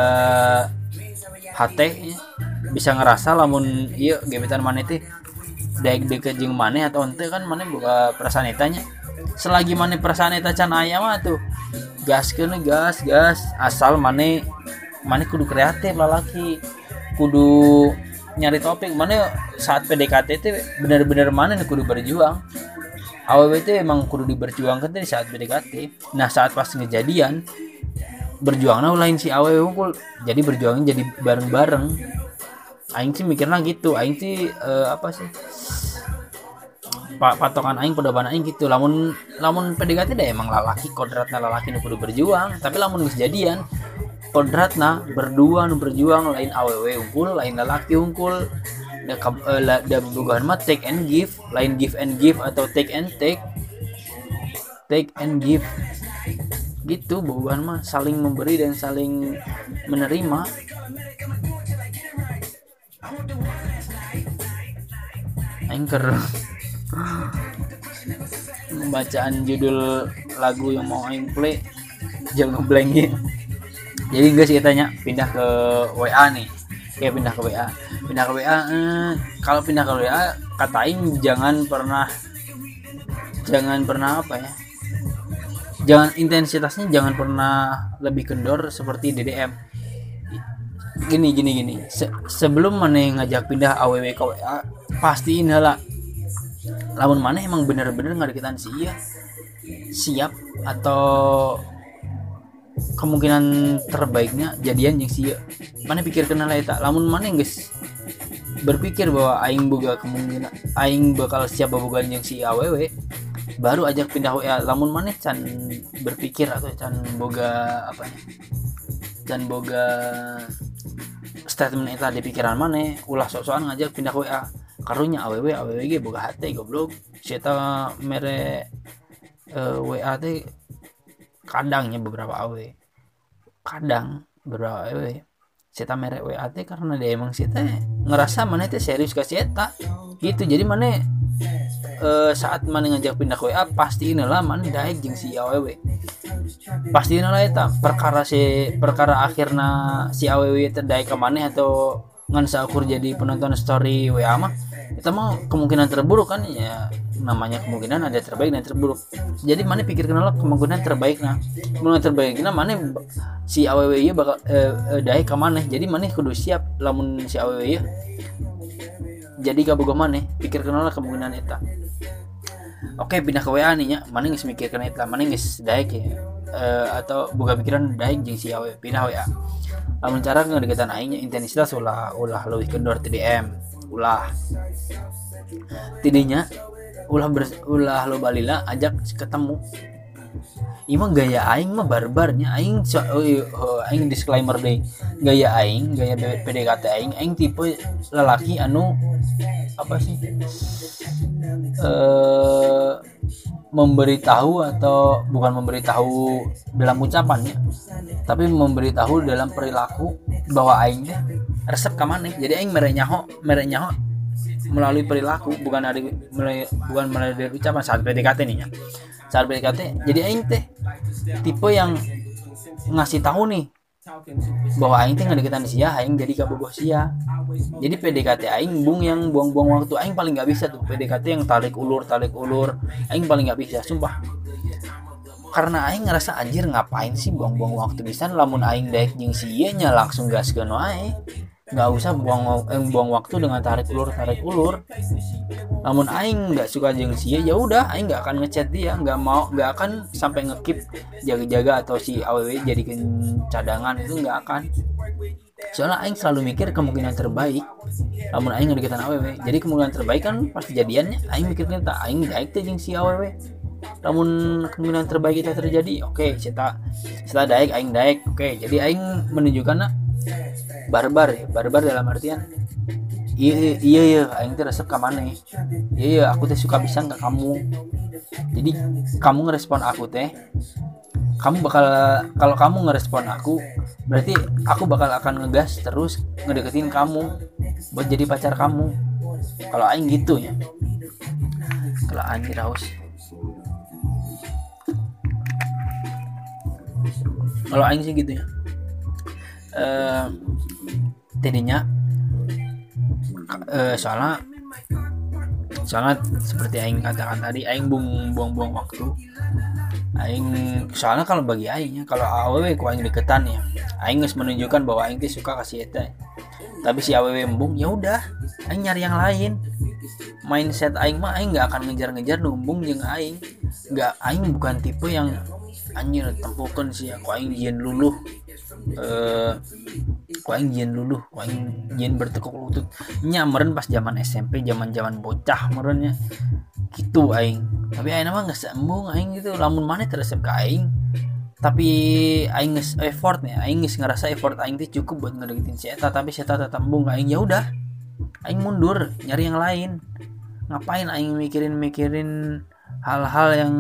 [SPEAKER 1] hate bisa ngerasa lamun ieu gebetan mana teh daek deket jeung maneh atau ente kan maneh buka perasaan etanya selagi maneh perasaan eta can aya mah tuh gaskeun gas gas asal maneh maneh kudu kreatif lalaki kudu nyari topik maneh saat P D K T teh bener-bener maneh kudu berjuang awewe teh emang kudu diberjuangkeun teh saat P D K T. Nah saat pas ngejadian berjuangna lain si awewe unggul jadi berjuangnya jadi bareng-bareng. Aing sih mikirnya gitu, aing sih uh, apa sih patokan aing pedoman aing gitu. Lamun lamun P D K T deh emang lalaki kodratna lalaki nu kudu berjuang, tapi lamun geus jadian kodratna berdua nu berjuang lain awewe unggul, lain lalaki unggul. Da uh, da bogohan mah take and give, lain give and give atau take and take. Take and give. Gitu bogohan mah saling memberi dan saling menerima. Anchor bacaan judul lagu yang mau aing play jangan ngeblank. Jadi guys kita tanya pindah ke W A nih kayak pindah ke W A pindah ke W A eh, kalau pindah ke W A kata aing jangan pernah jangan pernah apa ya jangan intensitasnya jangan pernah lebih kendor seperti D D M. Gini gini gini. Se- sebelum maneh ngajak pindah A W W ke W A, pastiin heula lamun maneh emang bener-bener ngadeketan si ieu siap atau kemungkinan terbaiknya jadian jeung si ieu. Maneh pikirkeun heula eta. Lamun maneh geus berpikir bahwa aing boga kemungkinan aing bakal siap bobogan jeung si A W W, baru ajak pindah W A. Lamun maneh can berpikir atau can boga apa ya, can boga statement eta di pikiran maneh, ulah sok-sokan ngajak pindah W A. Karunya A W W A W W ge boga hate goblok. Si eta mere uh, W A teh kadangnya beberapa A W, kadang beberapa A W si eta mere W A teh karena dia emang si eta ngerasa maneh teh serius ka si eta gitu. Jadi maneh uh, saat maneh ngajak pindah ke W A pastiin lah maneh daek jeung si A W W, pastiin lah eta perkara si perkara akhirna si A W W teh daek ka maneh atau ngan saukur jadi penonton story W A mah itu mah kemungkinan terburuk kan ya, namanya kemungkinan ada terbaik dan terburuk. Jadi mana pikir kenal kemungkinan terbaik nah kemungkinan terbaiknya mana si A W W ya bakal eh, daek ka maneh. Jadi mana kudu siap lamun si A W W ya jadi kaboga maneh pikir kenal kemungkinan eta. Oke pindah ke W A nih nya mana geus mikirkeun eta mana geus daek ya eh, atau boga pikiran daek jeung si A W W pindah W A. Lamun cara ngadeketan aing nya intensitas ulah ulah leuwih kendor T D M ulah tidinya ulah ber, ulah lo balila ajak ketemu. Ima gaya aing mah barbarnya aing so, oh, oh, aing disclaimer deh, gaya aing gaya P D K T aing aing tipe lelaki anu apa sih eh memberitahu atau bukan memberitahu dalam ucapannya tapi memberitahu dalam perilaku bahwa aing teh resep ka maneh. Jadi aing mere nyaho mere nyaho melalui perilaku bukan dari melalui, bukan melalui dari ucapan saat P D K T nih ya. Saat P D K T jadi aing teh tipe yang ngasih tahu nih bahwa aing teh ngadeketan sia aing jadi kabogoh sia. Jadi P D K T aing bung yang buang-buang waktu aing paling enggak bisa tuh P D K T yang tarik ulur tarik ulur aing paling enggak bisa sumpah. Karena aing ngerasa anjir ngapain sih buang-buang waktu pisan lamun aing daek jeung si ieu nya langsung gaskeun wae. Enggak usah buang eh, buang waktu dengan tarik ulur tarik ulur. Lamun aing enggak suka jeung si ieu ya udah aing enggak akan ngechat dia, enggak mau enggak akan sampai ngekip jaga-jaga atau si A W W jadikan cadangan itu enggak akan. Soalnya aing selalu mikir kemungkinan terbaik lamun aing ngadeketan A W W. Jadi kemungkinan terbaik kan pas kejadiannya aing mikirnya tak aing daek teh jeung si A W W. Namun kemungkinan terbaik itu terjadi, oke, okay, kita setelah daek aing daek, oke, okay, jadi aing menunjukkan barbar ya, barbar dalam artian iya iya iya aing teh resep ka maneh. Iya iya aku teh suka pisan ka kamu. Jadi kamu ngerespon aku teh, kamu bakal kalau kamu ngerespon aku, berarti aku bakal akan ngegas terus ngedeketin kamu buat jadi pacar kamu. Kalau aing gitu ya. Kalau anjir haus. Kalau aing sih gitu ya. Eh tadinya eh soalnya soalnya seperti aing katakan tadi aing buang-buang waktu. Aing soalnya kalau bagi aing ya kalau A W W ku aing deketan ya. Aing geus menunjukkan bahwa aing teh suka ka si eta. Tapi si A W W embung, ya udah, aing nyari yang lain. Mindset aing mah aing enggak akan ngejar-ngejar numbung jeung aing. Enggak, aing bukan tipe yang anjir tempukeun sih aku aing jieun luluh. Eh ku aing jieun luluh, ku aing jieun bertekuk lutut. Nya meureun pas zaman S M P, zaman-zaman bocah meureun nya. Gitu aing. Tapi ayeuna mah geus embung aing gitu, lamun maneh teresep ka aing. Tapi aing geus effort nya, aing geus ngerasa effort aing teh cukup buat ngedeketin si eta, tapi si eta tetap embung aing, ya udah. Aing mundur, nyari yang lain. Ngapain aing mikirin-mikirin hal-hal yang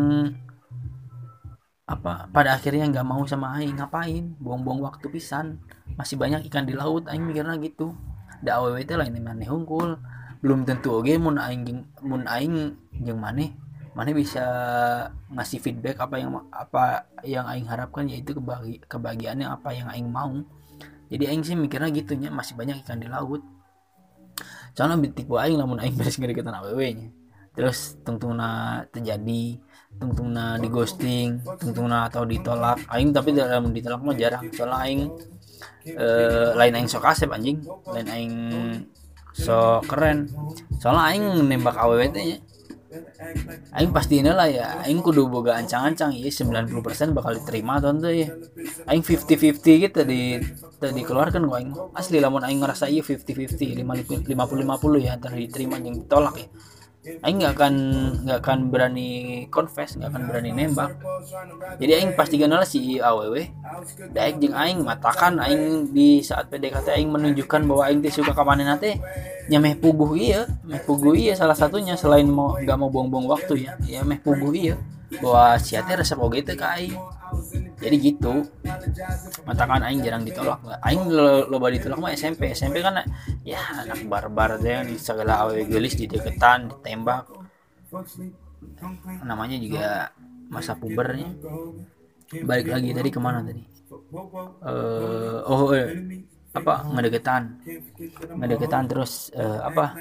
[SPEAKER 1] apa pada akhirnya nggak mau sama aing, ngapain buang-buang waktu pisan, masih banyak ikan di laut aing mikirna gitu. Da A W W teh lain maneh hungkul, belum tentu oge mun aing mun aing jeung maneh maneh bisa ngasih feedback apa yang apa yang aing harapkan, yaitu kebagi, kebahagiaan yang apa yang aing mau. Jadi aing sih mikirnya gitu nya, masih banyak ikan di laut. Soalnya tipe aing lamun aing beres ngadeketan A W W nya terus tungtungna terjadi, tungtungna di ghosting, tungtungna atau ditolak. Aing tapi dalam ditolak mah jarang, soalnya aing eh, lain aing sok asep anjing, lain aing sok keren, soalnya aing nembak awewe teh nya aing pastinya lah ya, aing kudu boga ancang-ancang ya sembilan puluh persen bakal diterima atau ente ya. Aing lima puluh lima puluh gitu di dikeluarkan kok aing. Asli lamun aing ngerasa ieu lima puluh lima puluh lima puluh lima puluh ya antara diterima jeung ditolak ya. Aing nggak akan nggak akan berani confess, nggak akan berani nembak. Jadi aing pastikan lah si awewe daek jeung aing matakan aing di saat P D K T aing menunjukkan bahwa aing teh suka ka manehna teh nya meh puguh ieu, meh puguh ieu salah satunya selain mau enggak mau buang-buang waktu ya. Ya meh puguh ieu bahwa sia teh resep oge teh ka aing. Jadi gitu. Matakan aing jarang ditolak. Aing loba ditolak mah S M P. S M P kan ya anak barbar teh segala awewe geulis di deketan, ditembak. Namanya juga masa pubernya. Balik lagi tadi kemana tadi? Uh, oh eh, apa ngedeketan ngedeketan terus uh, apa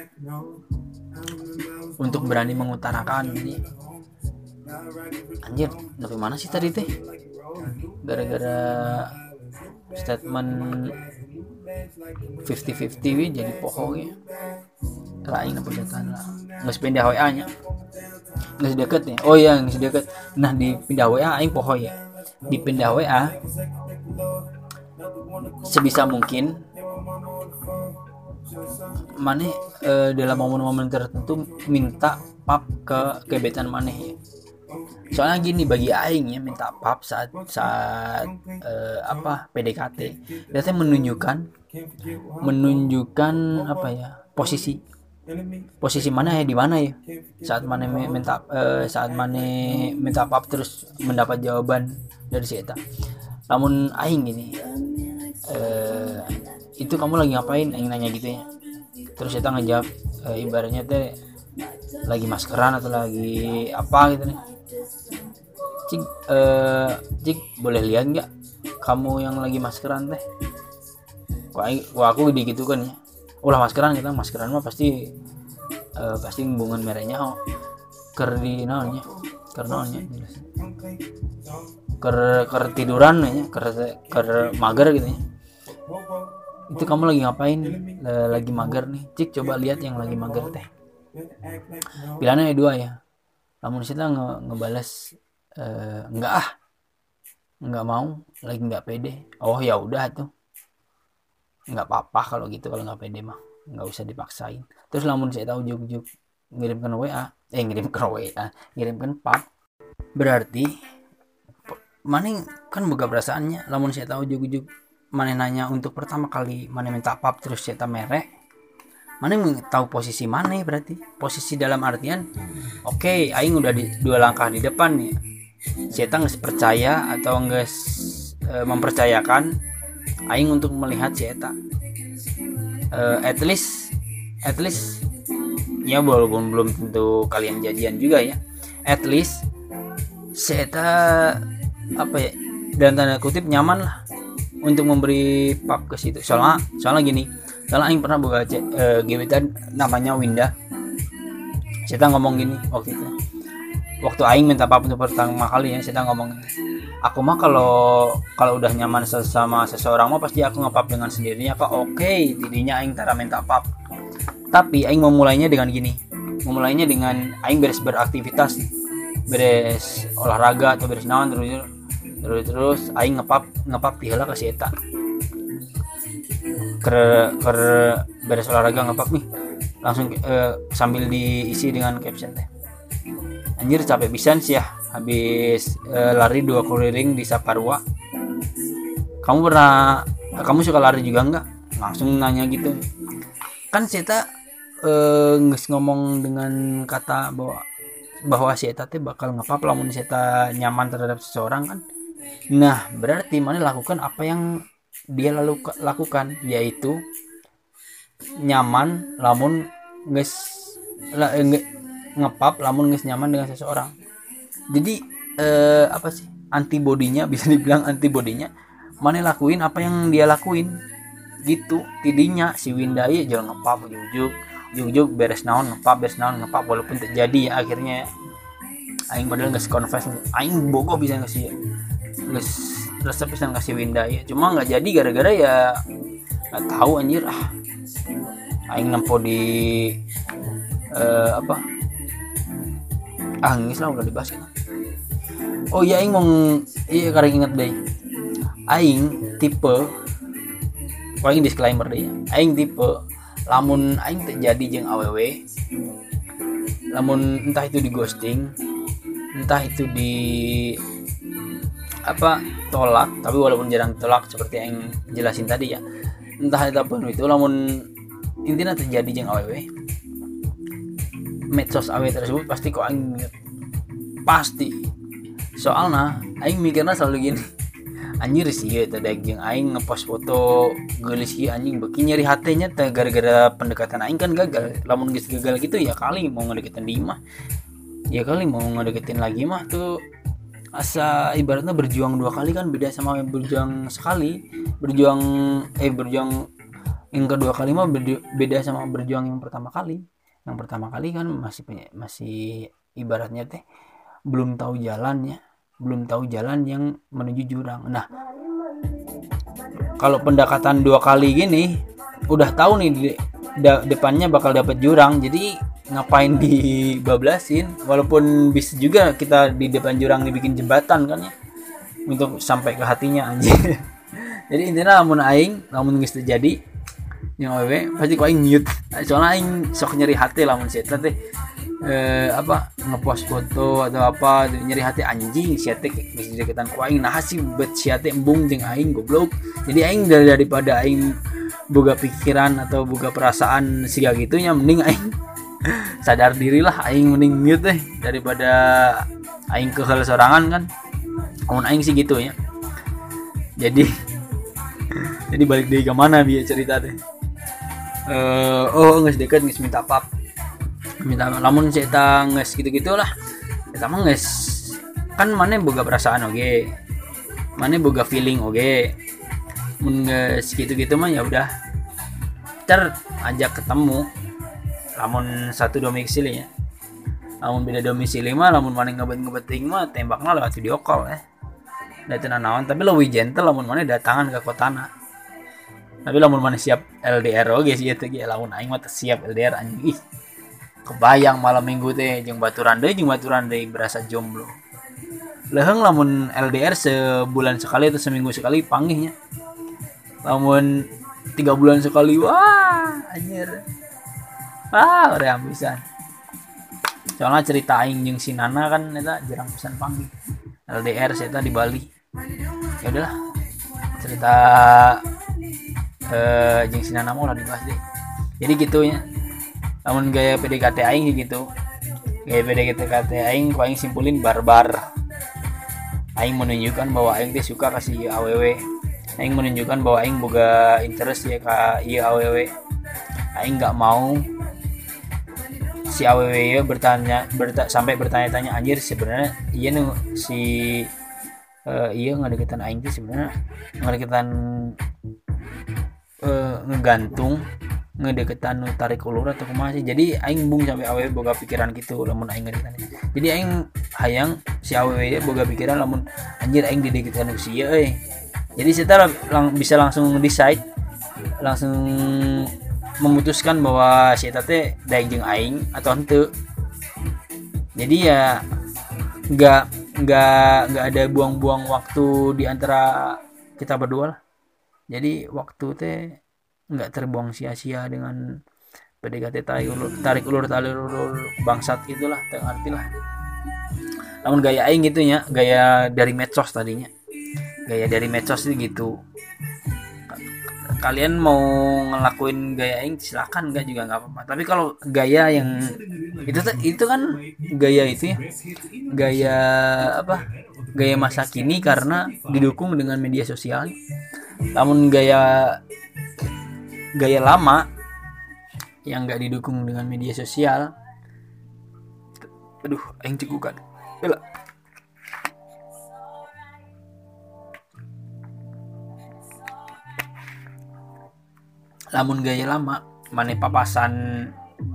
[SPEAKER 1] untuk berani mengutarakan ini anjir tapi mana sih tadi teh gara-gara statement lima puluh lima puluh jadi poho ya lain apa datang lah nggak pindah W A nya nggak deket nih oh ya nggak deket nah di pindah W A aing poho ya dipindah W A sebisa mungkin maneh e, dalam momen-momen tertentu minta pap ke gebetan maneh ya. Soalnya gini bagi aing ya minta pap saat saat e, apa P D K T biasanya menunjukkan menunjukkan apa ya posisi posisi mana ya di mana ya saat maneh minta e, saat maneh minta pap terus mendapat jawaban dari si eta. Namun aing gini eh, itu kamu lagi ngapain aing nanya gitu ya terus kita ngejawab eh, ibaratnya teh lagi maskeran atau lagi apa gitu nih cik eh, cik boleh lihat nggak kamu yang lagi maskeran teh wah, wah aku gitu kan ya ulah maskeran kita maskeran mah pasti eh, pasti hubungan merahnya oh ker di naonnya ker naonnya ker ker tiduran ya ker ker mager gitu ya itu kamu lagi ngapain lagi mager nih cik coba lihat yang lagi mager teh pilihannya ada dua ya namun kita nge ngebales e, enggak ah enggak mau lagi enggak pede oh ya udah tuh enggak apa-apa kalau gitu kalau enggak pede mah enggak usah dipaksain terus namun saya tahu juk-juk ngirimkan W A eh ngirimkan W A ngirimkan pap berarti maneh kan boga perasaannya lamun saya tahu juk-juk maneh nanya untuk pertama kali maneh minta pap terus saya merek maneh tahu posisi maneh berarti posisi dalam artian oke okay, aing udah di, dua langkah di depan nih saya geus percaya atau geus e, mempercayakan aing untuk melihat si eta e, at least at least ya walaupun belum tentu kalian jadian juga ya at least si eta apa ya dalam tanda kutip nyaman lah untuk memberi pap ke situ soalnya soalnya gini soalnya aing pernah buka e, gebetan namanya Winda saya ngomong gini waktu itu waktu aing minta pap untuk pertama kali ya saya ngomong aku mah kalau kalau udah nyaman sama seseorang mah pasti aku ngepap dengan sendirinya kok oke okay, tidinya aing tara minta pap tapi aing memulainya dengan gini memulainya dengan aing beres beraktivitas beres olahraga atau beres naon terus terus terus aing ngepap ngepap tiheula ka si eta ker ker beres olahraga ngepap nih langsung eh, sambil diisi dengan caption teh anjir capek pisan sih ya habis eh, lari dua keliling di Saparua kamu pernah kamu suka lari juga enggak langsung nanya gitu kan si eta eh, nges ngomong dengan kata bahwa bahwa si eta teh bakal ngepap lamun si eta nyaman terhadap seseorang kan. Nah, berarti mana lakukan apa yang dia lalu lakukan yaitu nyaman lamun geus la, nge, ngepap lamun geus nyaman dengan seseorang. Jadi eh, apa sih? Antibodinya bisa dibilang antibodinya mana lakuin apa yang dia lakuin. Gitu. Tidinya si Winda ieu jeung ngepap ujug-ujug juk-juk beres naon ngepap beres naon ngepap walaupun terjadi ya akhirnya aing padahal nggak confess aing bogo bisa ngasih nggak resep bisa ngasih Winda ya cuma nggak jadi gara-gara ya nggak tahu anjir ah aing nempo di uh, apa ah ngis lah udah dibahas kan. Oh iya aing mau iya karena inget deh aing tipe paling disclaimer deh ya aing tipe lamun aing terjadi jeung awewe lamun entah itu di ghosting entah itu di apa tolak tapi walaupun jarang tolak seperti yang jelasin tadi ya entah itu apa itu lamun intinya terjadi jeung awewe medsos awewe tersebut pasti kok aing pasti soalnya aing mikirnya selalu gini anjir sih ya tadi jeung aing ngepost foto geulis ieu anjing beuki nyeri hatenya teh gara-gara pendekatan aing kan gagal lamun geus gagal gitu ya kali mau ngedeketin di mah ya kali mau ngedeketin lagi mah tuh asa ibaratnya berjuang dua kali kan beda sama berjuang sekali berjuang eh berjuang yang kedua kali mah beda sama berjuang yang pertama kali yang pertama kali kan masih masih ibaratnya teh belum tahu jalannya belum tahu jalan yang menuju jurang. Nah kalau pendekatan dua kali gini udah tahu nih di, de, depannya bakal dapet jurang jadi ngapain dibablasin walaupun bisa juga kita di depan jurang dibikin jembatan kan ya untuk sampai ke hatinya anjir. Jadi intinya lamun aing lamun geus terjadi yang awewe pasti ku aing mute soalnya aing sok nyeri hati lamun saya teh eh, apa ngepost foto atau apa nyeri hati anjing sia teh geus deketan ku aing nah sih bet sia teh embung jeung aing goblok. Jadi aing daripada aing boga pikiran atau boga perasaan siga gitunya mending aing sadar diri lah aing mending mute deh daripada aing kehel sorangan kan. Amun aing sih gitu ya. Jadi jadi balik deui ke mana biar cerita teh. Uh, oh geus deket geus minta pap. Minta lamun cerita geus gitu-gitulah. Eta mah geus kan maneh boga perasaan oge. Maneh boga feeling oge. Mun geus gitu-gitu mah ya udah. Ter ajak ketemu. Lamun satu domisili ya. Lamun beda domisili mah lamun maneh ngebet-ngebet ting mah tembakna lewat video call eh. Da teu naon tapi leuwih gentle lamun maneh datangan ke kotana. Tapi lamun maneh siap L D R oge sih eta ge lamun aing mah teu siap L D R anjing. Ih. Kebayang malam minggu teh jeung baturan deui jeung baturan deui berasa jomblo. Leuheung lamun L D R sebulan sekali atau seminggu sekali panggihnya. Lamun tiga bulan sekali wah anjir. Ah, udah pisan. Soalnya cerita aing jeung si Nana kan eta jarang pisan panggih. L D R saya di Bali. Ya udahlah. Cerita eh jeung si Nana mau lah dibahas deh. Jadi gitu ya. Namun gaya P D K T aing gitu. Gaya P D K T aing ku aing simpulin barbar. Aing menunjukkan bahwa aing teh suka kasih awewe. Aing menunjukkan bahwa aing boga interest ya ka ieu awewe. Aing enggak mau si awewe ya bertanya berta, sampai bertanya-tanya anjir sebenarnya iya nu si uh, iya ngadeketan aing teh sebenarnya ngadeketan uh, ngegantung ngedeketan nu tarik ulur atau kumaha sih. Jadi aing bung sampai awewe boga pikiran gitu lamun aing ngadeketan. Jadi aing hayang si awewe ya boga pikiran lamun anjir aing dideketan ku si ieu euy. Jadi kita lang, bisa langsung decide langsung memutuskan bahwa si eta teh daek jeung aing atau henteu. Jadi ya enggak enggak enggak ada buang-buang waktu di antara kita berdua lah. Jadi waktu teh enggak terbuang sia-sia dengan P D K T tarik ulur tarik ulur tarik ulur bangsat gitulah, teu ngerti lah. Namun gaya aing gitu nya, gaya dari medsos tadinya. Gaya dari medsos itu gitu. Kalian mau ngelakuin gaya aing silakan, enggak juga enggak apa-apa. Tapi kalau gaya yang itu itu kan gaya itu ya. Gaya apa? Gaya masa kini karena didukung dengan media sosial. Namun gaya gaya lama yang enggak didukung dengan media sosial. Aduh, aing cekukan. Bela. Lamun gaya lama maneh papasan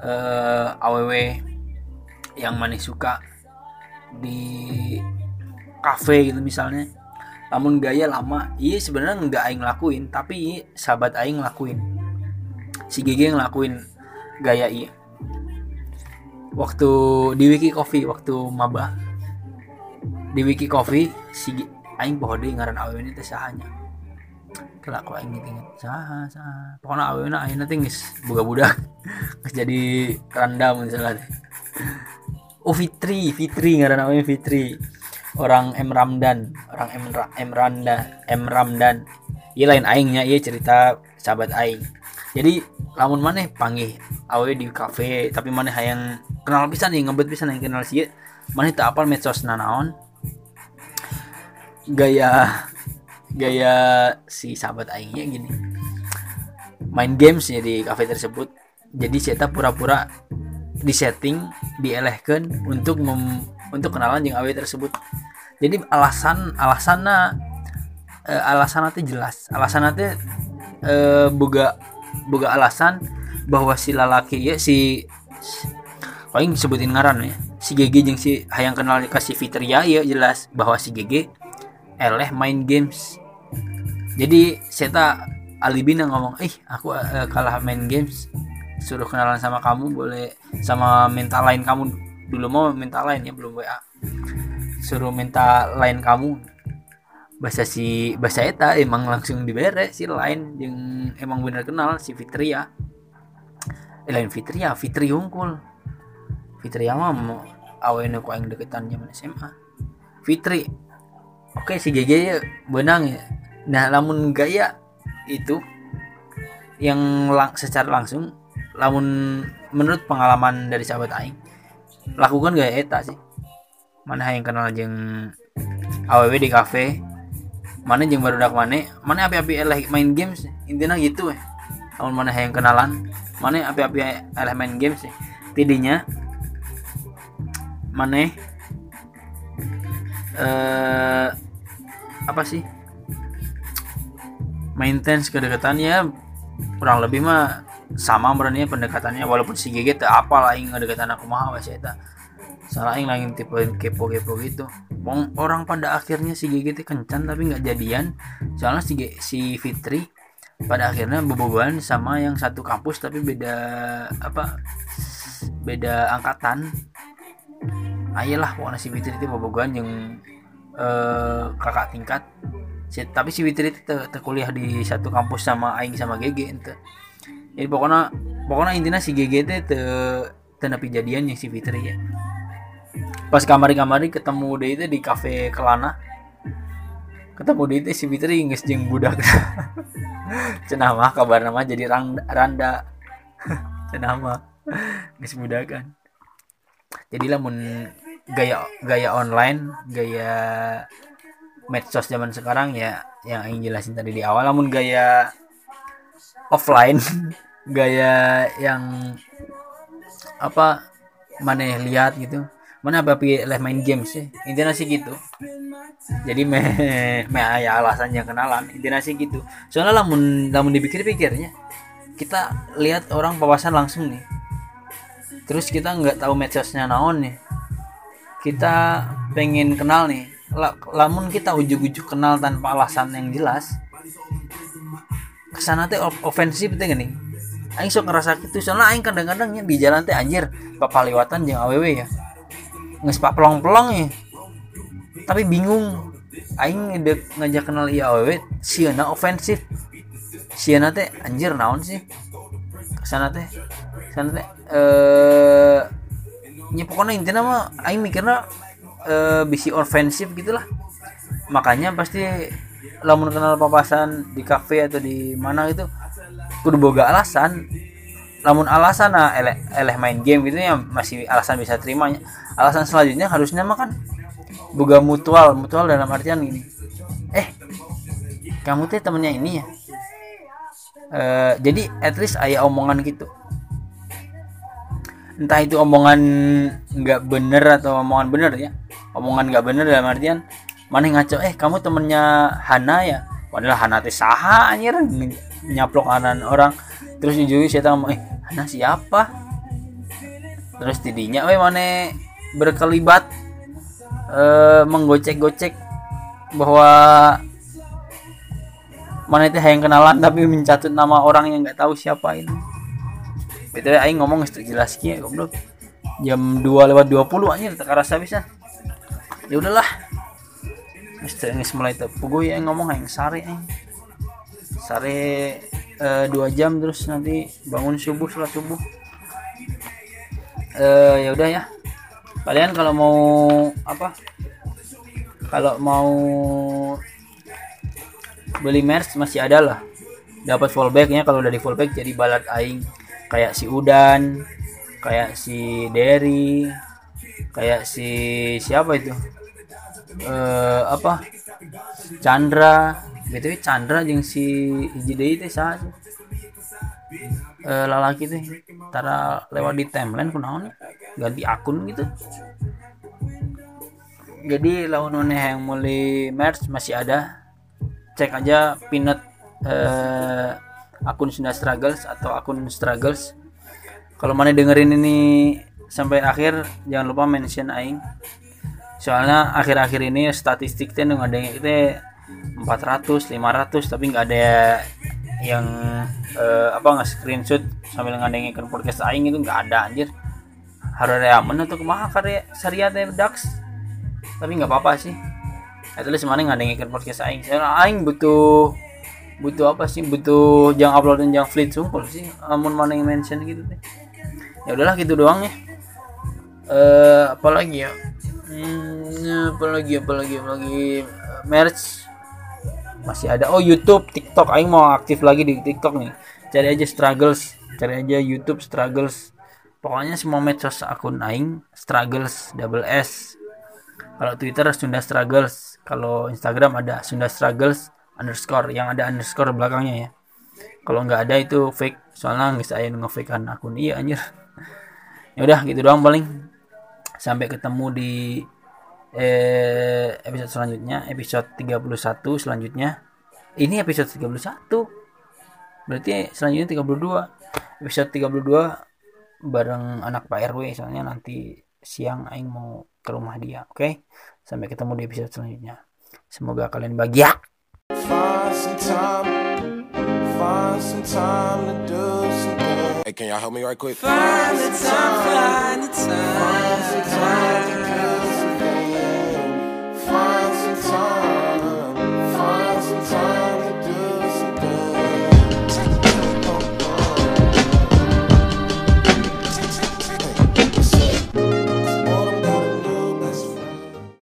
[SPEAKER 1] eh, awewe yang maneh suka di kafe gitu misalnya, lamun gaya lama iya sebenarnya nggak aing lakuin, tapi iya sahabat aing ngelakuin, si Gege ngelakuin gaya iya waktu di Wiki Coffee, waktu maba di Wiki Coffee si aing poho deui ngaran awewe ini teh sahanya. Kalau aku aing inget saha saha pokona aweuna ayeuna teh geus boga budak geus jadi randa mun salah teh. Oh Fitri, Fitri ngaran awewe Fitri. Orang M Ramdan, orang M, Ra, M Randa, M Ramdan. Ieu lain aingnya, ieu cerita sahabat aing. Jadi lamun maneh panggih awewe di kafe tapi maneh hayang kenal pisan nih, ngebet pisan yang kenal sieun. Maneh teu apal medsosna naon. Gaya gaya si sahabat aingnya gini. Main games ya di kafe tersebut. Jadi saya pura-pura disetting, dielehkeun untuk mem, untuk kenalan jeung awewe tersebut. Jadi alasan alasanna eh, alasanna teh jelas. Alasanna teh eh, boga boga alasan bahwa si lalaki ya si paling sebutin ngaran ya. Si Gege jeung si hayang kenal ka si Fitria ya jelas bahwa si Gege eleh main games. Jadi saya alibina ngomong, "Ih, aku eh, kalah main games. Suruh kenalan sama kamu boleh, sama minta line kamu dulu, mau minta line ya belum W A, suruh minta line kamu." Bahasa si bahasa eta emang langsung dibere si line yang emang bener kenal si Fitria. Eh, lain Fitria, Fitri hungkul. Fitria mah awalnya ku aing deketan zaman S M A. Fitri. Oke si Gege ya benang ya. Nah lamun gaya itu yang lang, secara langsung lamun menurut pengalaman dari sahabat aing lakukan gaya eta sih. Mana yang kenal jeung awewe di kafe, mana jeung barudak mana, mana api-api eleh main games, intinya gitu eh. Lamun mana yang kenalan, mana api-api eleh main games sih. Tidinya mana eh apa sih? Maintenance kedekatannya kurang lebih mah sama berani pendekatannya, walaupun si Gege teh apal aing ngadekatan aku mah wes eta. Salah aing lain tipe kepo-kepo gitu. Bong, orang pada akhirnya si Gege teh kencan tapi enggak jadian. Soalnya si G, si Fitri pada akhirnya bobogohan sama yang satu kampus tapi beda apa? Beda angkatan. Ayolah pokoknya si Fitri teh bobogohan yang eh, kakak tingkat. Si, tapi si Fitri teh te kuliah di satu kampus sama aing sama Gege ente. Jadi pokoknya pokoknya intinya si Gege teh te tenepi jadian yang si Fitri ya. Pas kamari-kamari ketemu deui teh di kafe Kelana. Ketemu deui teh si Fitri geus jeung budak. Cenah mah kabarna mah jadi randa, randa. Cenah mah geus budakan. Jadi lamun gaya gaya online, gaya medsos zaman sekarang ya yang aing jelasin tadi di awal. Lamun gaya offline gaya yang apa maneh lihat gitu, mana apa leh main games sih intinya sih gitu. Jadi me me aya alasannya kenalan intinya sih gitu. Soalnya lamun lamun dipikir-pikirnya kita lihat orang papasan langsung nih, terus kita nggak tahu medsosnya naon nih, kita pengen kenal nih. Lamun kita ujuk-ujuk kenal tanpa alasan yang jelas, kesana teh ofensif teh gini. Aing sok ngerasa gitu, soalnya aing kadang-kadang nya di jalan teh anjir papaliwatan jeung awewe ya. Geus papelong-pelong ya. Tapi bingung. Aing ngedek ngajak kenal ieu awewe, sieuna ofensif. Sieuna teh anjir naon sih? Kesana teh. Kesana teh eh nya pokoknya intinya mah aing mikirna e, bisi ofensif gitulah. Makanya pasti lamun kenal papasan di kafe atau di mana gitu kudu boga alasan. Lamun alasan nah eleh, eleh main game gitu ya masih alasan bisa terimanya. Alasan selanjutnya harusnya mah kan boga mutual. Mutual dalam artian gini, eh kamu teh temennya ini ya, e, jadi at least aya omongan gitu. Entah itu omongan nggak bener atau omongan bener ya. Omongan nggak bener dalam artian mana ngaco, eh kamu temennya Hana ya, padahal Hana teh saha anjir, nyaplok kanan orang. Terus ujungnya saya ngomong, eh Hana siapa? terus tidinya we mana berkelibat eh, menggocek-gocek bahwa mana itu yang kenalan tapi mencatut nama orang yang nggak tahu siapa ini. Betul aing ngomong itu jelas kia goblok. Jam dua lewat dua puluh anjir tak karasa bisa. Ya udahlah. Mister geus mulai teu puguh ya ngomong aing sare aing. Sare eh, dua jam terus nanti bangun subuh salat subuh. Eh ya udah ya. Kalian kalau mau apa? Kalau mau beli merch masih ada lah. Dapat fallbacknya kalau dari fallback jadi balat aing kayak si Udan, kayak si Derry, kayak si siapa itu? Eh apa? Chandra, B T W Chandra jeung si hiji deui teh saha? Eh lalaki teh tara lewat di timeline kunaon ganti akun gitu. Jadi lawan maneh yang mulai merch masih ada. Cek aja pinet eh, akun Sunda Struggles atau akun Struggles. Kalau mana dengerin ini sampai akhir jangan lupa mention aing. Soalnya akhir-akhir ini statistik teh ngadenge itu empat ratus, lima ratus tapi enggak ada yang eh, apa nge-screenshot sambil ngadengikeun podcast aing itu enggak ada anjir. Harareamen atau kumaha karya Saria teh Dax. Tapi enggak apa-apa sih. Itu lah semuanya ngadengikeun podcast aing. Saya aing butuh butuh apa sih? Butuh jang upload dan jang fleet sungkul sih. Amun mana yang mention gitu teh. Ya udahlah gitu doang ya. Eh apalagi ya? Hmm, apalagi apalagi apalagi merch masih ada. Oh YouTube, TikTok aing mau aktif lagi di TikTok nih. Cari aja Struggles, cari aja YouTube Struggles. Pokoknya semua medsos akun aing Struggles double S. Kalau Twitter Sunda Struggles, kalau Instagram ada Sunda Struggles underscore yang ada underscore belakangnya ya. Kalau nggak ada itu fake, soalnya nggak saya nge-fakean akun iya anjir. Ya udah gitu doang paling. Sampai ketemu di eh, episode selanjutnya, episode tiga puluh satu selanjutnya. Ini episode tiga puluh satu. Berarti selanjutnya tiga puluh dua. Episode tiga puluh dua bareng anak Pak R W soalnya nanti siang aing mau ke rumah dia. Oke. Okay? Sampai ketemu di episode selanjutnya. Semoga kalian bahagia.
[SPEAKER 3] Find some time, find some time to do some good. Hey, can y'all help me right quick? Find the time, find the time, find some time.